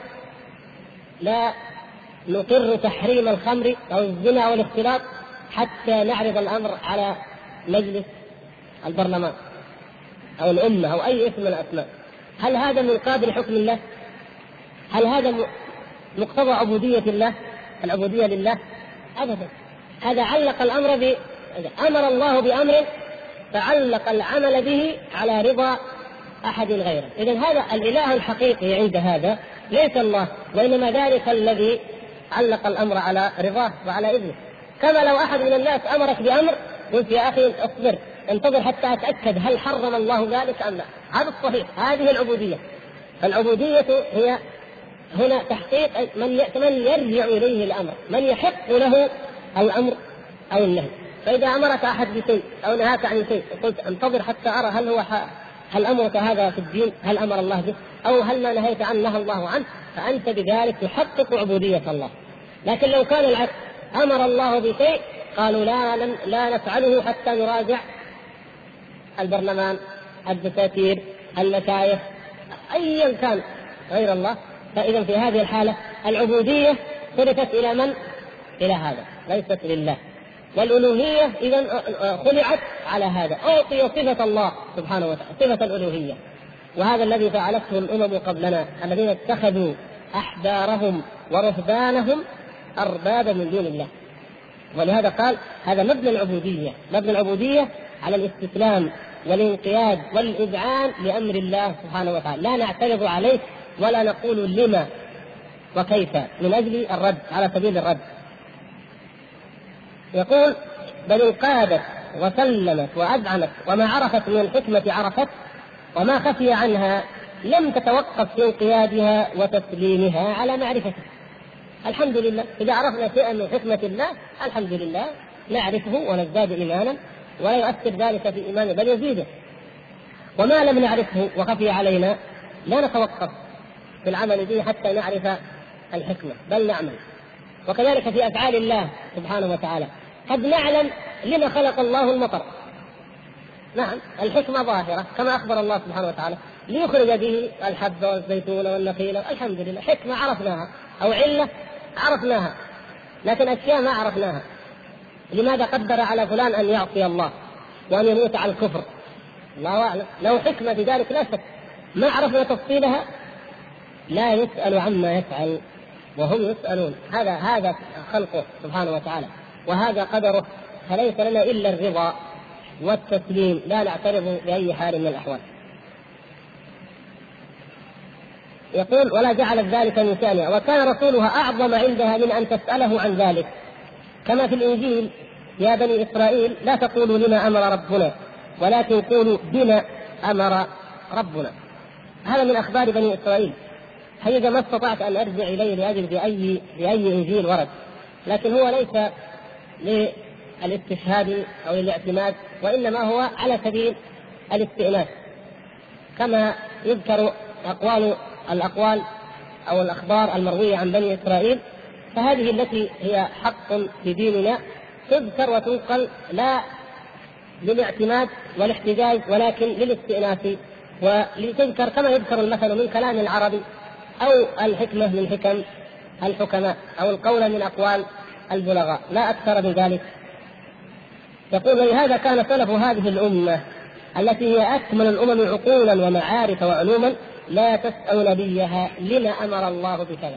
لا نقر تحريم الخمر أو الزنا أو الاختلاط حتى نعرض الأمر على مجلس البرلمان أو الأمة أو أي اسم من الأسماء، هل هذا من قابل حكم الله؟ هل هذا مقتضى عبودية الله، العبودية لله؟ أبدا. هذا علق الأمر أمر الله بأمر فعلق العمل به على رضا أحد غيره. إذن هذا الإله الحقيقي عند هذا ليس الله، وإنما ذلك الذي علق الأمر على رضاه وعلى إذنه. كما لو أحد من الناس أمرك بأمر قلت يا أخي اصبر انتظر حتى أتأكد هل حرم الله ذلك أم لا، هذا الصحيح، هذه العبودية. العبودية هي هنا تحقيق من يرجع إليه الأمر، من يحق له الأمر أو النهي. فإذا أمرك أحد بشيء أو نهاك عن شيء قلت انتظر حتى أرى هل أمرك هذا في الدين، هل أمر الله به، أو هل ما نهيت عنه نهى الله عنه، فأنت بذلك تحقق عبودية الله. لكن لو كان العكس، أمر الله بشيء قالوا لا نفعله حتى نراجع البرلمان، الدساتير، المشايخ، أيا كان غير الله، فإذا في هذه الحالة العبودية صرفت إلى من؟ إلى هذا، ليست لله. والألوهية إذا خلعت على هذا، أعطي صفة الله سبحانه وتعالى، صفة الألوهية. وهذا الذي فعلته الأمم قبلنا الذين اتخذوا أحبارهم ورهبانهم أربابا من دون الله. ولهذا قال هذا مبنى العبودية، مبنى العبودية على الاستسلام والانقياد والإذعان لأمر الله سبحانه وتعالى، لا نعترض عليه ولا نقول لما وكيف من أجل الرد على سبيل الرد. يقول بل انقادت وسلمت وأذعنت وما عرفت من الحكمة عرفت وما خفي عنها لم تتوقف في انقيادها وتسليمها على معرفته. الحمد لله إذا عرفنا شيئا من حكمة الله الحمد لله نعرفه ونزداد إيمانا ولا يؤثر ذلك في إيمانه بل يزيده. وما لم نعرفه وخفي علينا لا نتوقف في العمل به حتى نعرف الحكمة بل نعمل. وكذلك في أفعال الله سبحانه وتعالى قد نعلم لما خلق الله المطر، نعم الحكمة ظاهرة كما أخبر الله سبحانه وتعالى ليخرج به الحب والزيتون والنخيل، الحمد لله حكمة عرفناها أو علة عرفناها، لكن أشياء ما عرفناها. لماذا قدر على فلان أن يعصي الله وأن يموت على الكفر؟ الله أعلم، لو حكمة في ذلك لا شك، ما عرفنا تفصيلها. لا يسأل عما يفعل وهم يسألون، هذا خلقه سبحانه وتعالى وهذا قدره، فليس لنا إلا الرضا والتسليم، لا نعترض بأي حال من الأحوال. يقول ولا جعلت ذلك من شأنها وكان رسولها أعظم عندها من أن تسأله عن ذلك، كما في الإنجيل يا بني إسرائيل لا تقولوا لما أمر ربنا ولكن قولوا بما أمر ربنا. هذا من أخبار بني إسرائيل، حقيقة ما استطعت أن أرجع إليه لأجل بأي إنجيل ورد، لكن هو ليس للاستشهاد أو للاعتماد، وإنما هو على سبيل الاستئناس، كما يذكر الأقوال أو الأخبار المروية عن بني إسرائيل، فهذه التي هي حق في ديننا تذكر وتنقل لا للاعتماد والاحتجاج ولكن للاستئناس، ولتذكر كما يذكر المثل من كلام العربي أو الحكمة من حكم الحكماء أو القول من أقوال البلغاء، لا أكثر من ذلك. يقول: ولهذا كان سلف هذه الأمة التي هي أكمل الأمم عقولا ومعارف وعلوما لا تسأل نبيها لما أمر الله بكذا.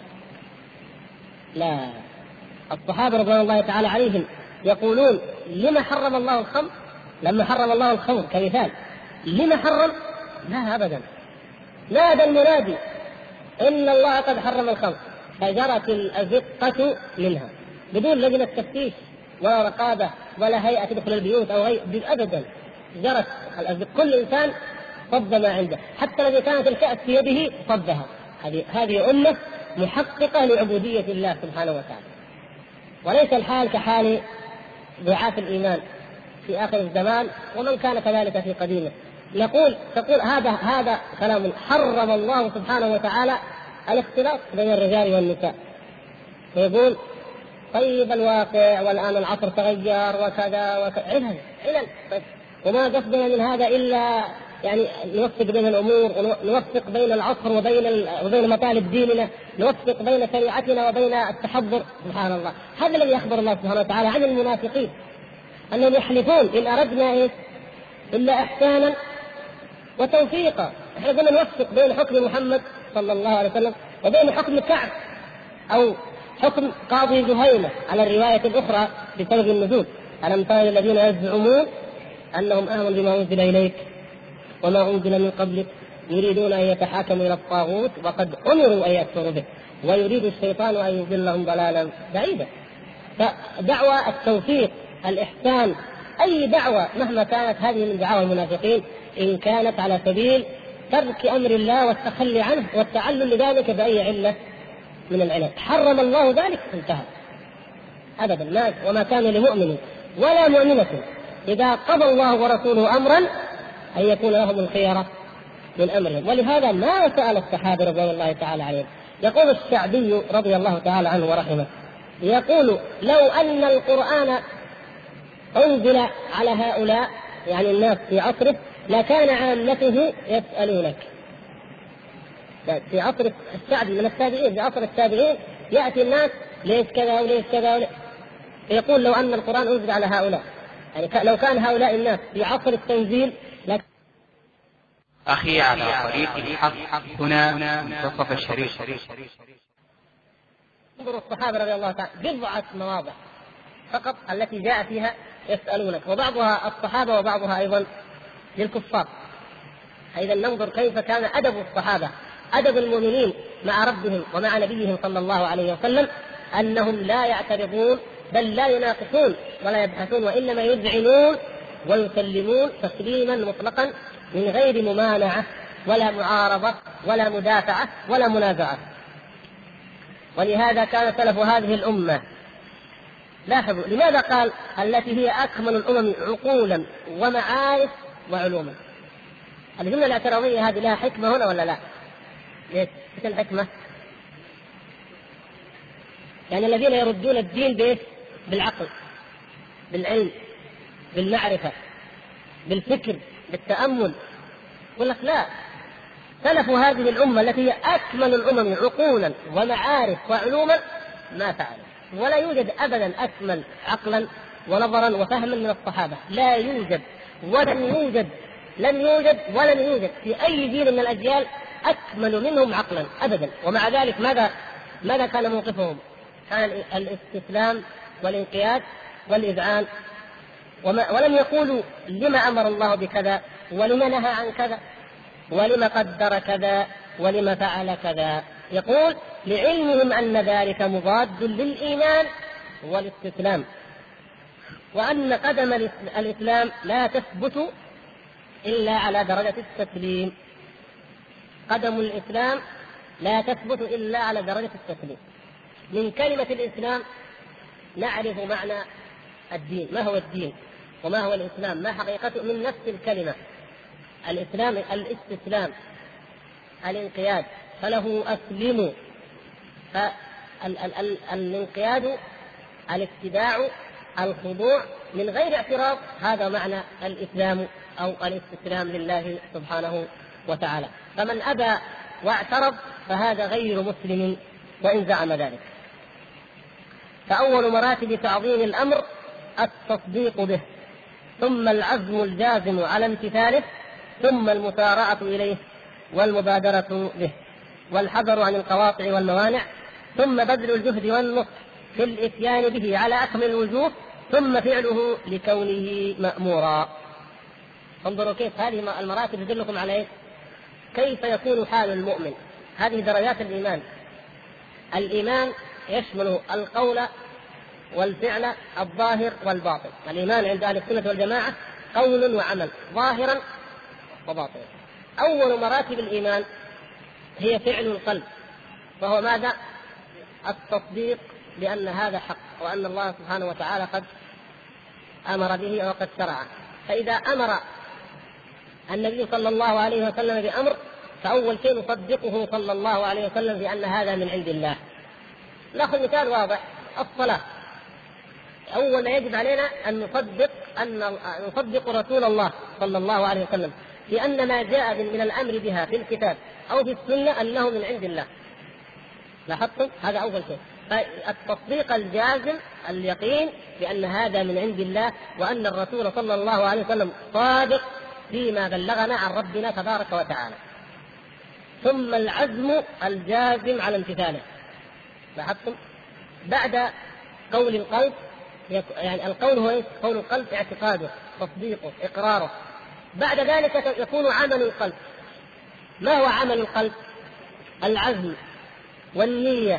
لا، الصحابة رضوان الله تعالى عليهم يقولون: لما حرم الله الخمر؟ لما حرم الله الخمر كمثال، لما حرم؟ لا أبدا، نادى المنادي إن الله قد حرم الخمر، فجرت الأزقة منها بدون لجنة تفتيش ولا رقابة ولا هيئة تدخل البيوت أو غير أبدا. جرت الأزقة، كل إنسان صد ما عنده، حتى الذي كانت الكأس في يده صدها. هذه أمة محققة لعبودية الله سبحانه وتعالى. وليس الحال كحال ضعاف الإيمان في آخر الزمان ومن كان كذلك في قديمه. تقول هذا كلام حرم الله سبحانه وتعالى الاختلاط بين الرجال والنساء، ويقول: طيب الواقع والآن العصر تغير وكذا علل. وما قصدنا من هذا إلا يعني نوفق بين الأمور، ونوفق بين العصر وبين مطالب ديننا، نوفق بين شريعتنا وبين التحضر. سبحان الله، هذا الذي يخبر الله سبحانه وتعالى عن المنافقين أنهم يحلفون إن أردنا إلا إحسانا وتوفيقا. احنا قلنا نوفق بين حكم محمد صلى الله عليه وسلم وبين حكم كعب أو حكم قاضي زهينة على الرواية الأخرى بسبب النزول: ألم تر الذين يزعمون أنهم آمنوا بما أنزل إليك وما أنزل من قبلك يريدون أن يتحاكموا إلى الطاغوت وقد أمروا أن يكفروا به ويريد الشيطان أن يضلهم ضلالا بعيدا. فدعوة التوفيق، الإحسان، أي دعوة مهما كانت هذه من دعاوى المنافقين إن كانت على سبيل ترك أمر الله والتخلي عنه والتعلل لذلك بأي علة من العلل. حرم الله ذلك انتهى أبدا. وما كان لمؤمن ولا مؤمنة إذا قضى الله ورسوله أمرا أن يكون لهم الخيرة من أمرهم. ولهذا ما سأل الصحابة رضي الله تعالى عليهم. يقول الشعبي رضي الله تعالى عنه ورحمه، يقول: لو أن القرآن أنزل على هؤلاء يعني الناس في عصره لكان عامته يسألونك. في عصر الشعبي من التابعين، في عصر التابعين يأتي الناس: ليش كذا وليش كذا يقول: لو أن القرآن أنزل على هؤلاء، يعني لو كان هؤلاء الناس في عصر التنزيل أخي على طريق الحق هنا منتصف الشريف. انظروا الصحابة رضي الله تعالى بضعة مواضع فقط التي جاء فيها يسألونك، وبعضها الصحابة وبعضها أيضا للكفار. إذا ننظر كيف كان أدب الصحابة، أدب المؤمنين مع ربهم ومع نبيهم صلى الله عليه وسلم، أنهم لا يعترضون بل لا يناقشون ولا يبحثون، وإنما يذعنون ويسلمون تسليما مطلقا من غير ممانعة ولا معارضة ولا مدافعة ولا منازعة. ولهذا كان سلف هذه الأمة. لاحظوا لماذا قال التي هي أكمل الأمم عقولا ومعارف وعلوما؟ الجملة الاعتراضية هذه لها حكمة هنا ولا لا؟ ليش الحكمة؟ يعني الذين يردون الدين بالعقل، بالعلم، بالمعرفة، بالفكر، بالتأمل. يقول لك لا، سلف هذه الأمة التي هي أكمل الأمم عقولا ومعارف وعلوما ما فعلوا، ولا يوجد أبدا أكمل عقلا ونظرا وفهما من الصحابة. لا يوجد ولن يوجد، لم يوجد ولن يوجد في أي جيل من الأجيال أكمل منهم عقلا أبدا. ومع ذلك ماذا كان موقفهم؟ كان الاستسلام والانقياد والإذعان، ولم يقولوا لما أمر الله بكذا ولما نهى عن كذا ولما قدر كذا ولما فعل كذا. يقول: لعلمهم أن ذلك مضاد للإيمان والاستسلام، وأن قدم الإسلام لا تثبت إلا على درجة التسليم. قدم الإسلام لا تثبت إلا على درجة التسليم. من كلمة الإسلام نعرف معنى الدين، ما هو الدين وما هو الإسلام، ما حقيقته من نفس الكلمة. الإسلام الاستسلام، الانقياد، فله أسلموا. فالانقياد، الاتباع، الخضوع من غير اعتراض، هذا معنى الإسلام أو الاستسلام لله سبحانه وتعالى. فمن أبى واعترض فهذا غير مسلم وإن زعم ذلك. فأول مراتب تعظيم الأمر التصديق به، ثم العزم الجازم على امتثاله، ثم المسارعة إليه والمبادرة به، والحذر عن القواطع والموانع، ثم بذل الجهد والنصح في الإتيان به على أكمل الوجوه، ثم فعله لكونه مأمورا. انظروا كيف هذه المراتب تدلكم على كيف يكون حال المؤمن. هذه درجات الإيمان. الإيمان يشمل القول والفعل الظاهر والباطن. الإيمان عند أهل السنة والجماعة قول وعمل، ظاهرا وباطنا. أول مراتب الإيمان هي فعل القلب، وهو ماذا؟ التصديق بأن هذا حق، وأن الله سبحانه وتعالى قد أمر به وقد شرعه. فإذا أمر النبي صلى الله عليه وسلم بأمر، فأول شيء نصدقه صلى الله عليه وسلم بأن هذا من عند الله. نأخذ مثال واضح، الصلاة. أول ما يجب علينا أن نصدق رسول الله صلى الله عليه وسلم بأن ما جاء من الأمر بها في الكتاب أو في السنة أنه من عند الله. لاحظتم؟ هذا أول شيء. فالتصديق الجازم، اليقين بأن هذا من عند الله، وأن الرسول صلى الله عليه وسلم صادق فيما بلغنا عن ربنا تبارك وتعالى. ثم العزم الجازم على امتثاله. لاحظتم؟ بعد قول القلب، يعني القول هو قول القلب، اعتقاده، تصديقه، إقراره. بعد ذلك يكون عمل القلب. ما هو عمل القلب؟ العزم والنية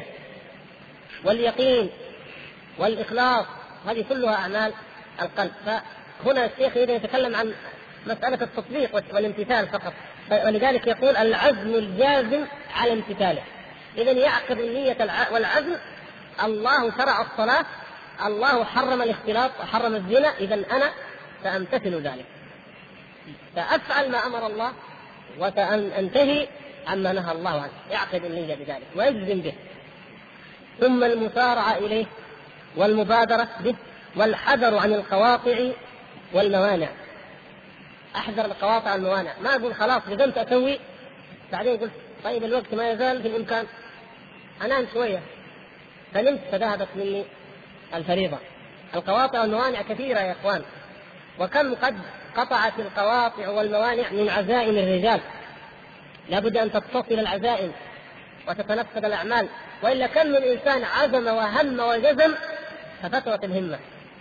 واليقين والإخلاص، هذه كلها أعمال القلب. فهنا الشيخ يتكلم عن مسألة التصديق والامتثال فقط، ولذلك يقول العزم الجازم على امتثاله. إذن يعقد النية والعزم. الله شرع الصلاة، الله حرم الاختلاط وحرم الزنا، إذن أنا سأمتثل ذلك، سأفعل ما أمر الله وسأنتهي عما نهى الله عنه. يعقد النية بذلك ويجزم به. ثم المسارعة إليه والمبادرة به، والحذر عن القواطع والموانع. أحذر القواطع والموانع، ما أقول خلاص جزمت أسوي بعدين قلت طيب الوقت ما يزال في الإمكان أنام شوية، فنمت فذهبت مني الفريضة. القواطع والموانع كثيرة يا إخوان، وكم قد قطعت القواطع والموانع من عزائم الرجال. لابد أن تتصل العزائم وتتنفذ الأعمال، وإلا كم من إنسان عزم وهم وجزم ففترت الهمة.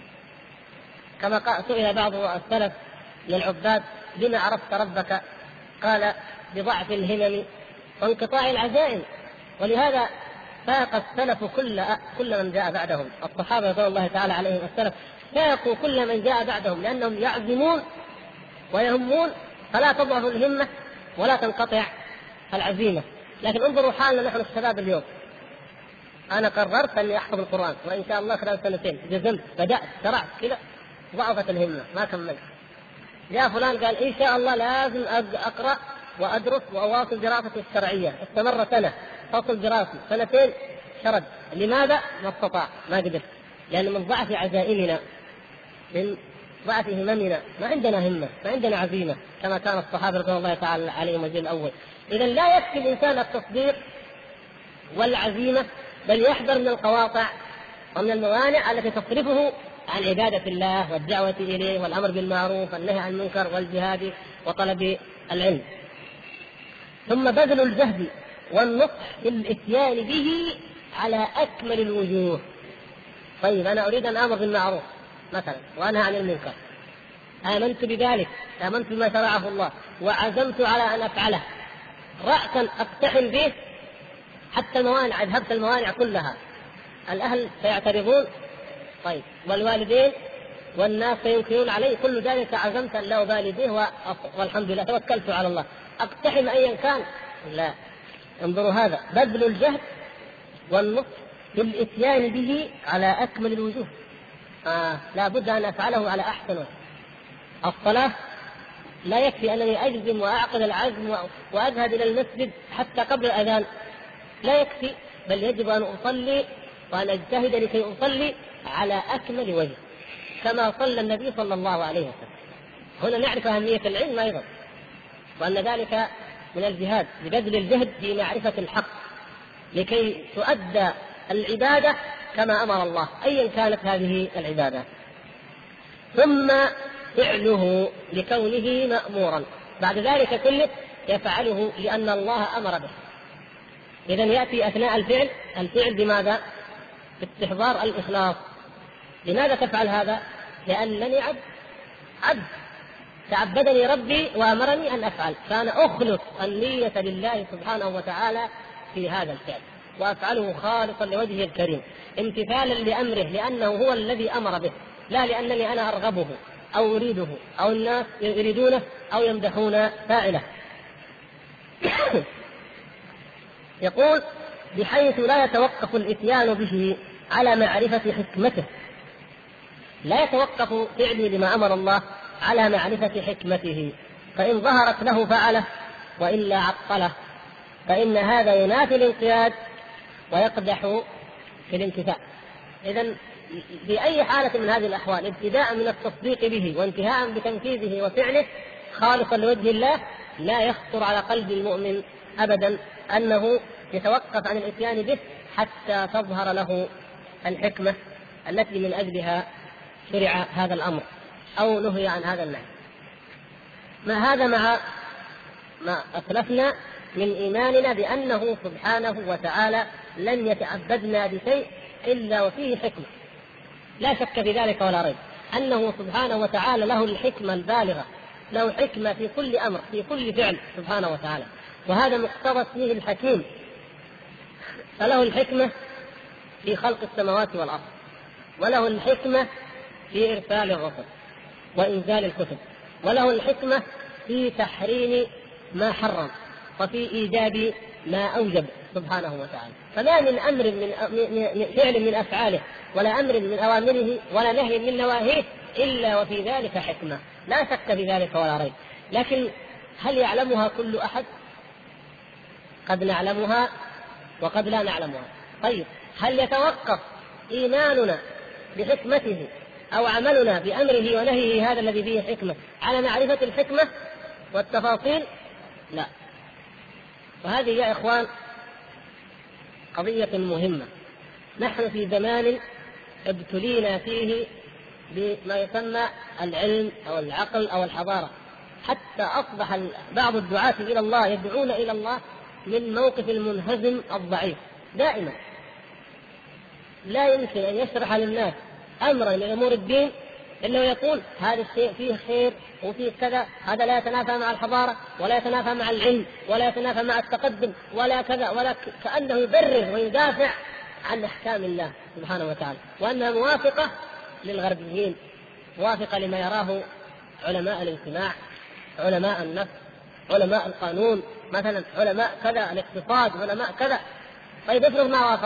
كما سئل بعض السلف للعباد بما عرفت ربك؟ قال بضعف الهمم وانقطاع العزائم. ولهذا فاق السلف كل من جاء بعدهم. الصحابة رضي الله تعالى عليهم السلف فاقوا كل من جاء بعدهم، لأنهم يعزمون ويهمون فلا تضعف الهمة ولا تنقطع العزيمة. لكن انظروا حالنا نحن الشباب اليوم. أنا قررت أني أحفظ القرآن، وإن شاء الله خلال سنتين جزمت، بدأت شرعت كذا، ضعفت الهمة ما كملت. جاء فلان قال إن شاء الله لازم أقرأ وأدرس وأواصل دراستي الشرعية، استمر سنة، فصل دراسي، سنتين، شرد. لماذا؟ ما استطاع، ما قدر، لأن من ضعف عزائمنا، من ضعف هممنا، ما عندنا همة، ما عندنا عزيمة كما كان الصحابة رضي الله تعالى عليهم الجيل الأول. إذن لا يكفي الإنسان التصديق والعزيمة، بل يحذر من القواطع ومن الموانع التي تصرفه عن عبادة الله والدعوة إليه والأمر بالمعروف والنهي عن المنكر والجهاد وطلب العلم. ثم بذل الجهد والنصح في الإتيان به على أكمل الوجوه. طيب أنا أريد أن أمر بالمعروف مثلا وأنهى عن المنكر، آمنت بذلك، آمنت بما شرعه الله وعزمت على أن أفعله، رأسا أقتحم به حتى الموانع، أذهبت الموانع كلها. الأهل سيعترضون، طيب، والوالدين والناس سينكرون علي، كل ذلك عزمت أن لا أبالي به والحمد لله توكلت على الله، أقتحم أيا كان. لا، انظروا هذا بذل الجهد والنصح في الإتيان به على أكمل الوجوه. لا بد أن أفعله على أحسن وجه. الصلاة لا يكفي أنني أجزم وأعقد العزم وأذهب إلى المسجد حتى قبل الأذان، لا يكفي، بل يجب أن أصلي وأن أجتهد لكي أصلي على أكمل وجه كما صلى النبي صلى الله عليه وسلم. هنا نعرف أهمية العلم أيضا، وأن ذلك من الجهاد ببذل الجهد في معرفة الحق لكي تؤدى العبادة كما أمر الله أيا كانت هذه العبادات، ثم فعله لكونه مأمورا، بعد ذلك كله يفعله لأن الله أمر به. إذن يأتي أثناء الفعل بماذا؟ باستحضار الإخلاص. لماذا تفعل هذا؟ لأنني عبد تعبدني ربي وأمرني أن أفعل، فأنا أخلص النية لله سبحانه وتعالى في هذا الفعل وأفعله خالصا لوجهه الكريم امتثالا لأمره، لأنه هو الذي أمر به، لا لأنني أنا أرغبه أو أريده أو الناس يريدونه أو يمدحون فاعله. يقول بحيث لا يتوقف الإتيان به على معرفة حكمته، لا يتوقف فعلي لما أمر الله على معرفة حكمته، فإن ظهرت له فعله وإلا عطله، فإن هذا ينافي الانقياد ويقدح في الامتثال. إذن في أي حالة من هذه الأحوال ابتداء من التصديق به وانتهاء بتنفيذه وفعله خالصا لوجه الله، لا يخطر على قلب المؤمن أبدا أنه يتوقف عن الإتيان به حتى تظهر له الحكمة التي من أجلها شرع هذا الأمر أو نهي عن هذا النهي. ما هذا مع ما أسلفنا من إيماننا بأنه سبحانه وتعالى لن يتعبدنا بشيء إلا وفيه حكمة، لا شك في ذلك ولا ريب، أنه سبحانه وتعالى له الحكمة البالغة، له حكمة في كل أمر في كل فعل سبحانه وتعالى، وهذا مقتضى فيه الحكيم. فله الحكمة في خلق السماوات والأرض، وله الحكمة في إرسال الرسل وإنزال الكتب، وله الحكمة في تحريم ما حرم وفي إيجاب ما أوجب سبحانه وتعالى. فما من أمر من فعل من أفعاله ولا أمر من أوامره ولا نهي من نواهيه إلا وفي ذلك حكمة، لا شك في ذلك ولا ريب. لكن هل يعلمها كل أحد؟ قد نعلمها وقد لا نعلمها. طيب هل يتوقف إيماننا بحكمته أو عملنا بأمره ونهيه هذا الذي فيه حكمة على معرفة الحكمة والتفاصيل؟ لا. وهذه يا إخوان قضية مهمة. نحن في زمان ابتلينا فيه بما يسمى العلم أو العقل أو الحضارة، حتى أصبح بعض الدعاة إلى الله يدعون إلى الله من موقف المنهزم الضعيف دائما. لا يمكن أن يشرح للناس أمرا من أمور الدين إلا ويقول هذا الشيء فيه خير وفيه كذا، هذا لا يتنافى مع الحضارة ولا يتنافى مع العلم ولا يتنافى مع التقدم ولا كذا، ولا كأنه يبرر ويدافع عن أحكام الله سبحانه وتعالى، وأنها موافقة للغربيين، موافقة لما يراه علماء الاجتماع، علماء النفس، علماء القانون مثلا، علماء كذا الاقتصاد، علماء كذا. طيب افرض ما وافق،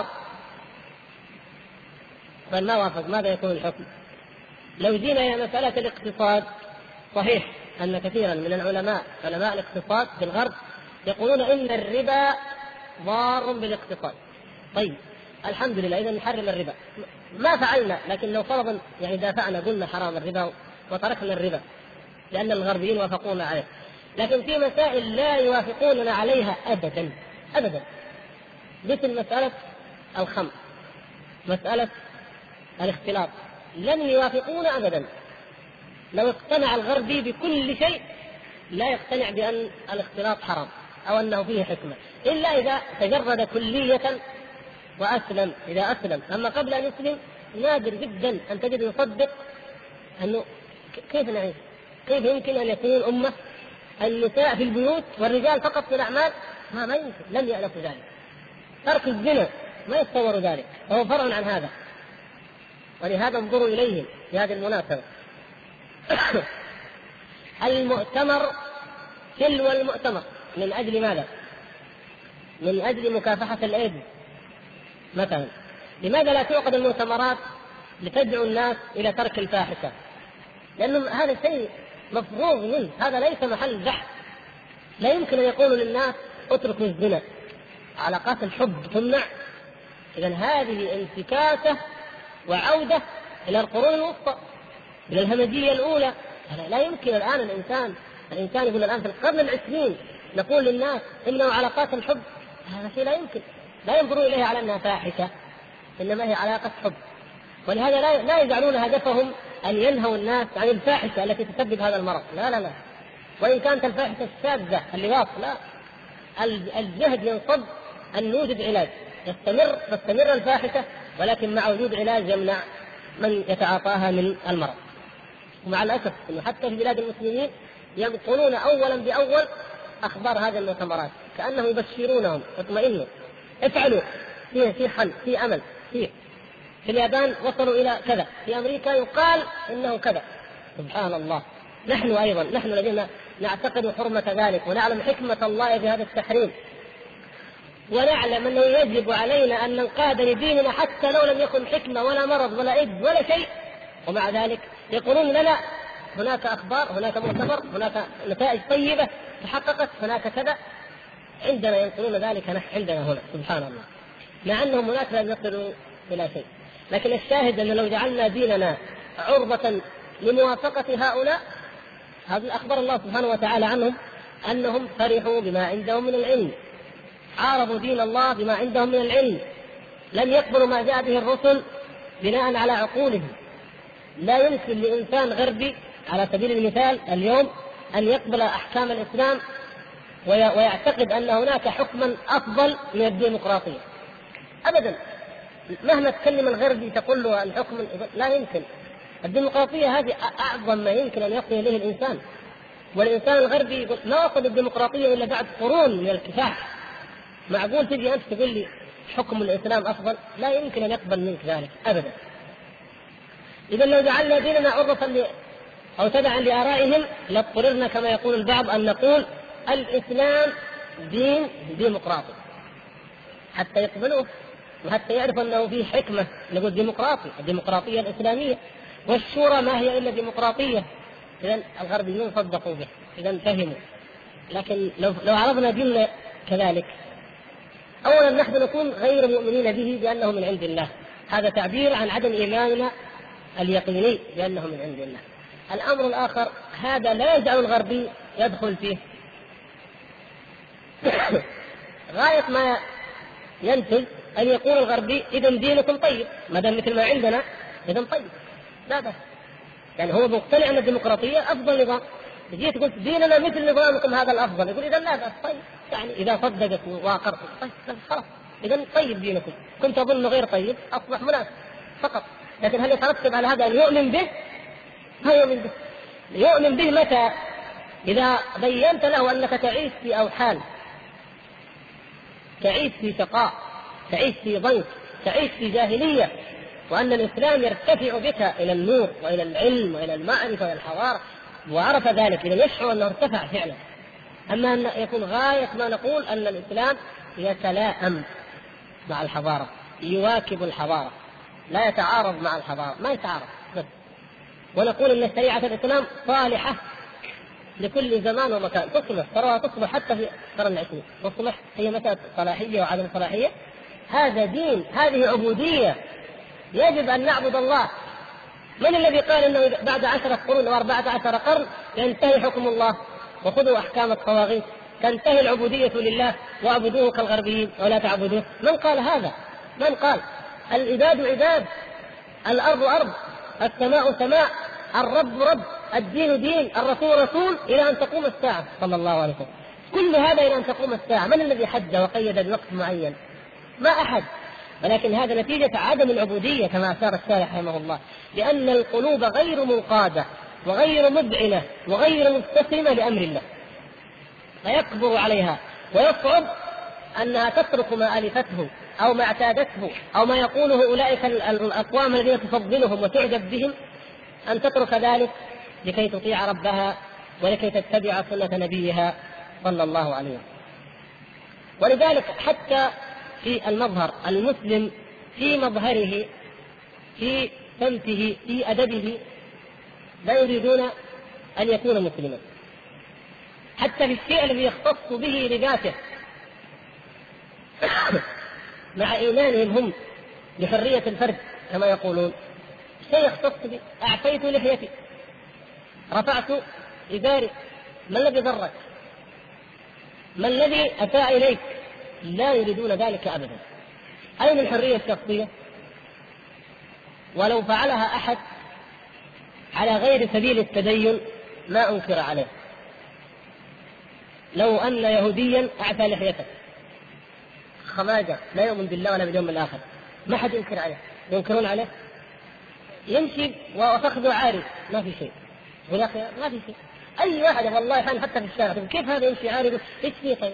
بل ما وافق ماذا يكون الحكم؟ لو جينا إلى مسألة الاقتصاد، صحيح أن كثيرا من العلماء علماء الاقتصاد في الغرب يقولون إن الربا ضار بالاقتصاد. طيب الحمد لله، إذا نحرم الربا. ما فعلنا، لكن لو فرضا يعني دافعنا قلنا حرام الربا وتركنا الربا لأن الغربيين وافقونا عليه، لكن في مسائل لا يوافقوننا عليها أبدا أبدا، مثل مسألة الخمر، مسألة الاختلاط، لن يوافقونا أبدا. لو اقتنع الغربي بكل شيء لا يقتنع بأن الاختلاط حرام أو أنه فيه حكمة إلا إذا تجرد كلية وأسلم، إذا أسلم. أما قبل أن يسلم نادر جدا أن تجد يصدق أنه كيف نعيش، كيف يمكن أن يكون أمة النساء في البيوت والرجال فقط في الأعمال، ما يمكن، لن يألفوا ذلك. ترك الزنا ما يتصور ذلك، وهو فرع عن هذا. ولهذا انظروا إليهم في هذه المناسبة. المؤتمر تلو المؤتمر من أجل ماذا؟ من أجل مكافحة الإيدز مثلا. لماذا لا تعقد المؤتمرات لتدعو الناس إلى ترك الفاحشة؟ لأنه هذا شيء مفروض منه، هذا ليس محل بحث. لا يمكن أن يقولوا للناس اتركوا الزنا، علاقات الحب تمنع. إذن هذه انتكاسة وعودة إلى القرون الوسطى، إلى الهمجية الأولى. لا يمكن الآن الإنسان يقول الآن في القرن العشرين نقول للناس إنه علاقات الحب، هذا شيء لا يمكن، لا ينظروا إليها على أنها فاحشة إنما هي علاقة حب. ولهذا لا يجعلون هدفهم أن ينهوا الناس عن الفاحشة التي تسبب هذا المرض، لا لا لا. وإن كانت الفاحشة الشاذة اللواط، لا، الجهد ينصب أن نوجد علاج، تستمر الفاحشة ولكن مع وجود علاج يمنع من يتعاطاها من المرض. ومع الأسف أنه حتى في بلاد المسلمين ينقلون أولا بأول أخبار هذه المؤتمرات كأنهم يبشرونهم، اطمئنوا، افعلوا، في حل، في أمل، في اليابان وصلوا إلى كذا، في أمريكا يقال إنه كذا. سبحان الله. نحن أيضا الذين نعتقد حرمة ذلك ونعلم حكمة الله في هذا التحريم، ونعلم أنه يجب علينا أن ننقاد لديننا حتى لو لم يكن حكمة ولا مرض ولا إيدز ولا شيء، ومع ذلك يقولون لا، هناك أخبار، هناك مؤتمر، هناك نتائج طيبة تحققت، هناك كذا. عندنا ينقلون ذلك، نحن عندنا هنا سبحان الله، مع أنهم هناك لم يصلوا إلى شيء. لكن الشاهد أن لو جعلنا ديننا عرضة لموافقة هؤلاء، هذا أخبر الله سبحانه وتعالى عنهم أنهم فرحوا بما عندهم من العلم، عارضوا دين الله بما عندهم من العلم، لم يقبلوا ما جاء به الرسل بناء على عقولهم. لا يمكن لإنسان غربي على سبيل المثال اليوم أن يقبل أحكام الإسلام ويعتقد أن هناك حكما أفضل من الديمقراطية أبدا. مهما تكلم الغربي تقول له الحكم، لا يمكن. الديمقراطية هذه أعظم ما يمكن أن يصل إليه الإنسان، والإنسان الغربي يقول ما وصل الديمقراطية إلا بعد قرون من الكفاح. معقول تجي أنت تقول لي حكم الإسلام أفضل؟ لا يمكن أن يقبل منك ذلك أبدا. إذا لو جعلنا ديننا عرضة أو تبعا لآرائهم لاضطررنا كما يقول البعض أن نقول الإسلام دين ديمقراطي حتى يقبلوه وحتى يعرفوا أنه فيه حكمة. نقول ديمقراطي، الديمقراطية الإسلامية، والشورى ما هي إلا ديمقراطية. إذن الغربيون صدقوا به، إذن فهموا. لكن لو عرضنا ديننا كذلك، أولا نحن نكون غير مؤمنين به بأنه من عند الله، هذا تعبير عن عدم إيماننا اليقيني بأنه من عند الله. الأمر الآخر، هذا لا يجعل الغربي يدخل فيه غاية ما ينتج أن يقول الغربي إذن دينكم طيب، ما دام مثل ما عندنا إذن طيب، لا بس. يعني هو مقتنع أن الديمقراطية أفضل نظام، جيت قلت ديننا مثل نظامكم هذا الأفضل، يقول إذن لا بس طيب. يعني إذا صدقت وواقرت طيب خلاص، إذن طيب دينكم، كنت أظن غير طيب أصبح مناسب فقط. لكن هل يترتب على هذا أن يؤمن به؟ ما يؤمن به. يؤمن به متى؟ إذا بينت له أنك تعيش في أوحال، تعيش في شقاء، تعيش في ضنك، تعيش في جاهلية، وأن الإسلام يرتفع بك إلى النور وإلى العلم وإلى المعرفة وإلى الحضارة، وعرف ذلك إذا يشعر أنه ارتفع فعلا. أما أن يكون غاية ما نقول أن الإسلام يتلائم مع الحضارة، يواكب الحضارة، لا يتعارض مع الحضارة، ما يتعارض بس. ونقول أن شريعة الإسلام صالحة لكل زمان ومكان، تصلح حتى في القرن العشرين، تصلح. هي مسألة صلاحية وعدم صلاحية، هذا دين، هذه عبودية، يجب أن نعبد الله. من الذي قال أنه بعد 10 قرون و14 قرن ينتهي حكم الله وخذوا أحكام الطواغيت، تنتهي العبودية لله واعبدوه كالغربيين ولا تعبدوه؟ من قال هذا؟ من قال؟ العباد عباد، الأرض أرض، السماء سماء، الرب رب، الدين دين، الرسول رسول، إلى أن تقوم الساعة صلى الله عليه وسلم. كل هذا إلى أن تقوم الساعة. من الذي حد وقيد بوقت معين؟ ما أحد. ولكن هذا نتيجة عدم العبودية كما أشار الشارح رحمه الله، لأن القلوب غير منقادة وغير مذعنة وغير مستسلمة لأمر الله، فيكبر عليها ويصعب أنها تترك ما ألفته أو ما اعتادته أو ما يقوله أولئك الأقوام الذين تفضلهم وتعجب بهم، أن تترك ذلك لكي تطيع ربها ولكي تتبع سنة نبيها صلى الله عليه وسلم. ولذلك حتى في المظهر، المسلم في مظهره، في سمته، في أدبه، لا يريدون أن يكون مسلما. حتى في الشيء الذي يختص به لذاته، مع إيمانهم هم بحرية الفرد كما يقولون، شيء يختص به، أعفيت لحيتي، رفعت إزاري، ما الذي ضرك؟ ما الذي أساء إليك؟ لا يريدون ذلك أبدا. أين الحرية الشخصية؟ ولو فعلها أحد على غير سبيل التدين ما أنكر عليه. لو أن يهوديا أعفى لحيته خماجة لا يؤمن بالله ولا باليوم الآخر ما حد ينكر عليه. ينكرون عليه؟ يمشي وفخذه عاري ما في شيء، يقول يا أخي ما في شيء. أي واحد والله حتى في الشارع كيف هذا يمشي عاري؟ إيش فيه طيب؟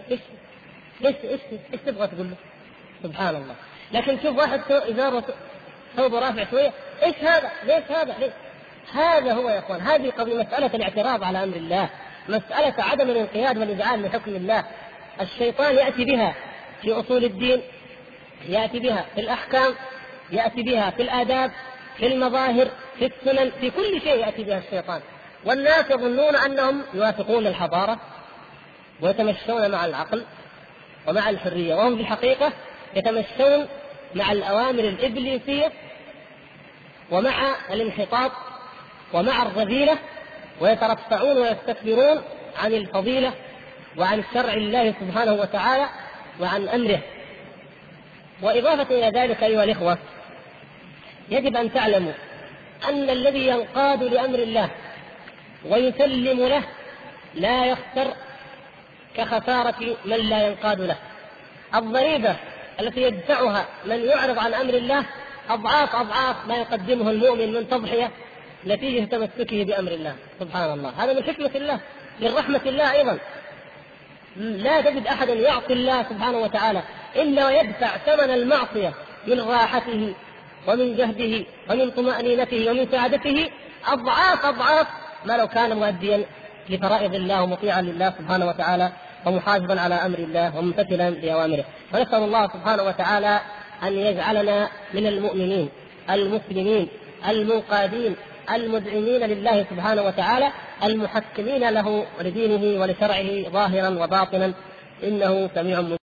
إيش تبغى تقول له؟ سبحان الله. لكن شوف واحد إزاره ثوبه رافع شوية، إيش هذا؟ ليش هذا؟ ليش؟ هذا هو يا أخوان، هذه قضية مسألة الاعتراض على أمر الله، مسألة عدم الانقياد والإذعان لحكم الله. الشيطان يأتي بها في أصول الدين، يأتي بها في الأحكام، يأتي بها في الآداب، في المظاهر، في السنن، في كل شيء يأتي بها الشيطان. والناس يظنون أنهم يوافقون الحضارة ويتمشون مع العقل ومع الحرية، وهم في الحقيقة يتمشون مع الأوامر الإبليسية ومع الانحطاط ومع الرذيلة، ويترفعون ويستكبرون عن الفضيلة وعن شرع الله سبحانه وتعالى وعن أمره. وإضافة إلى ذلك أيها الإخوة، يجب أن تعلموا أن الذي ينقاد لأمر الله ويسلم له لا يخسر كخسارة من لا ينقاد له. الضريبة التي يدفعها من يعرض عن أمر الله أضعاف ما يقدمه المؤمن من تضحية نتيجة تمسكه بأمر الله سبحان الله. هذا من حكمة الله، من رحمة الله أيضا. لا تجد أحدا يعصي الله سبحانه وتعالى إلا ويدفع ثمن المعصية من راحته ومن جهده ومن طمأنينته ومن سعادته أضعاف ما لو كان مؤديا لفرائض الله ومطيعا لله سبحانه وتعالى ومحافظا على أمر الله وممتثلا بأوامره. ونسأل الله سبحانه وتعالى أن يجعلنا من المؤمنين المسلمين المنقادين المدعمين لله سبحانه وتعالى المحكمين له ولدينه ولشرعه ظاهرا وباطنا، إنه سميع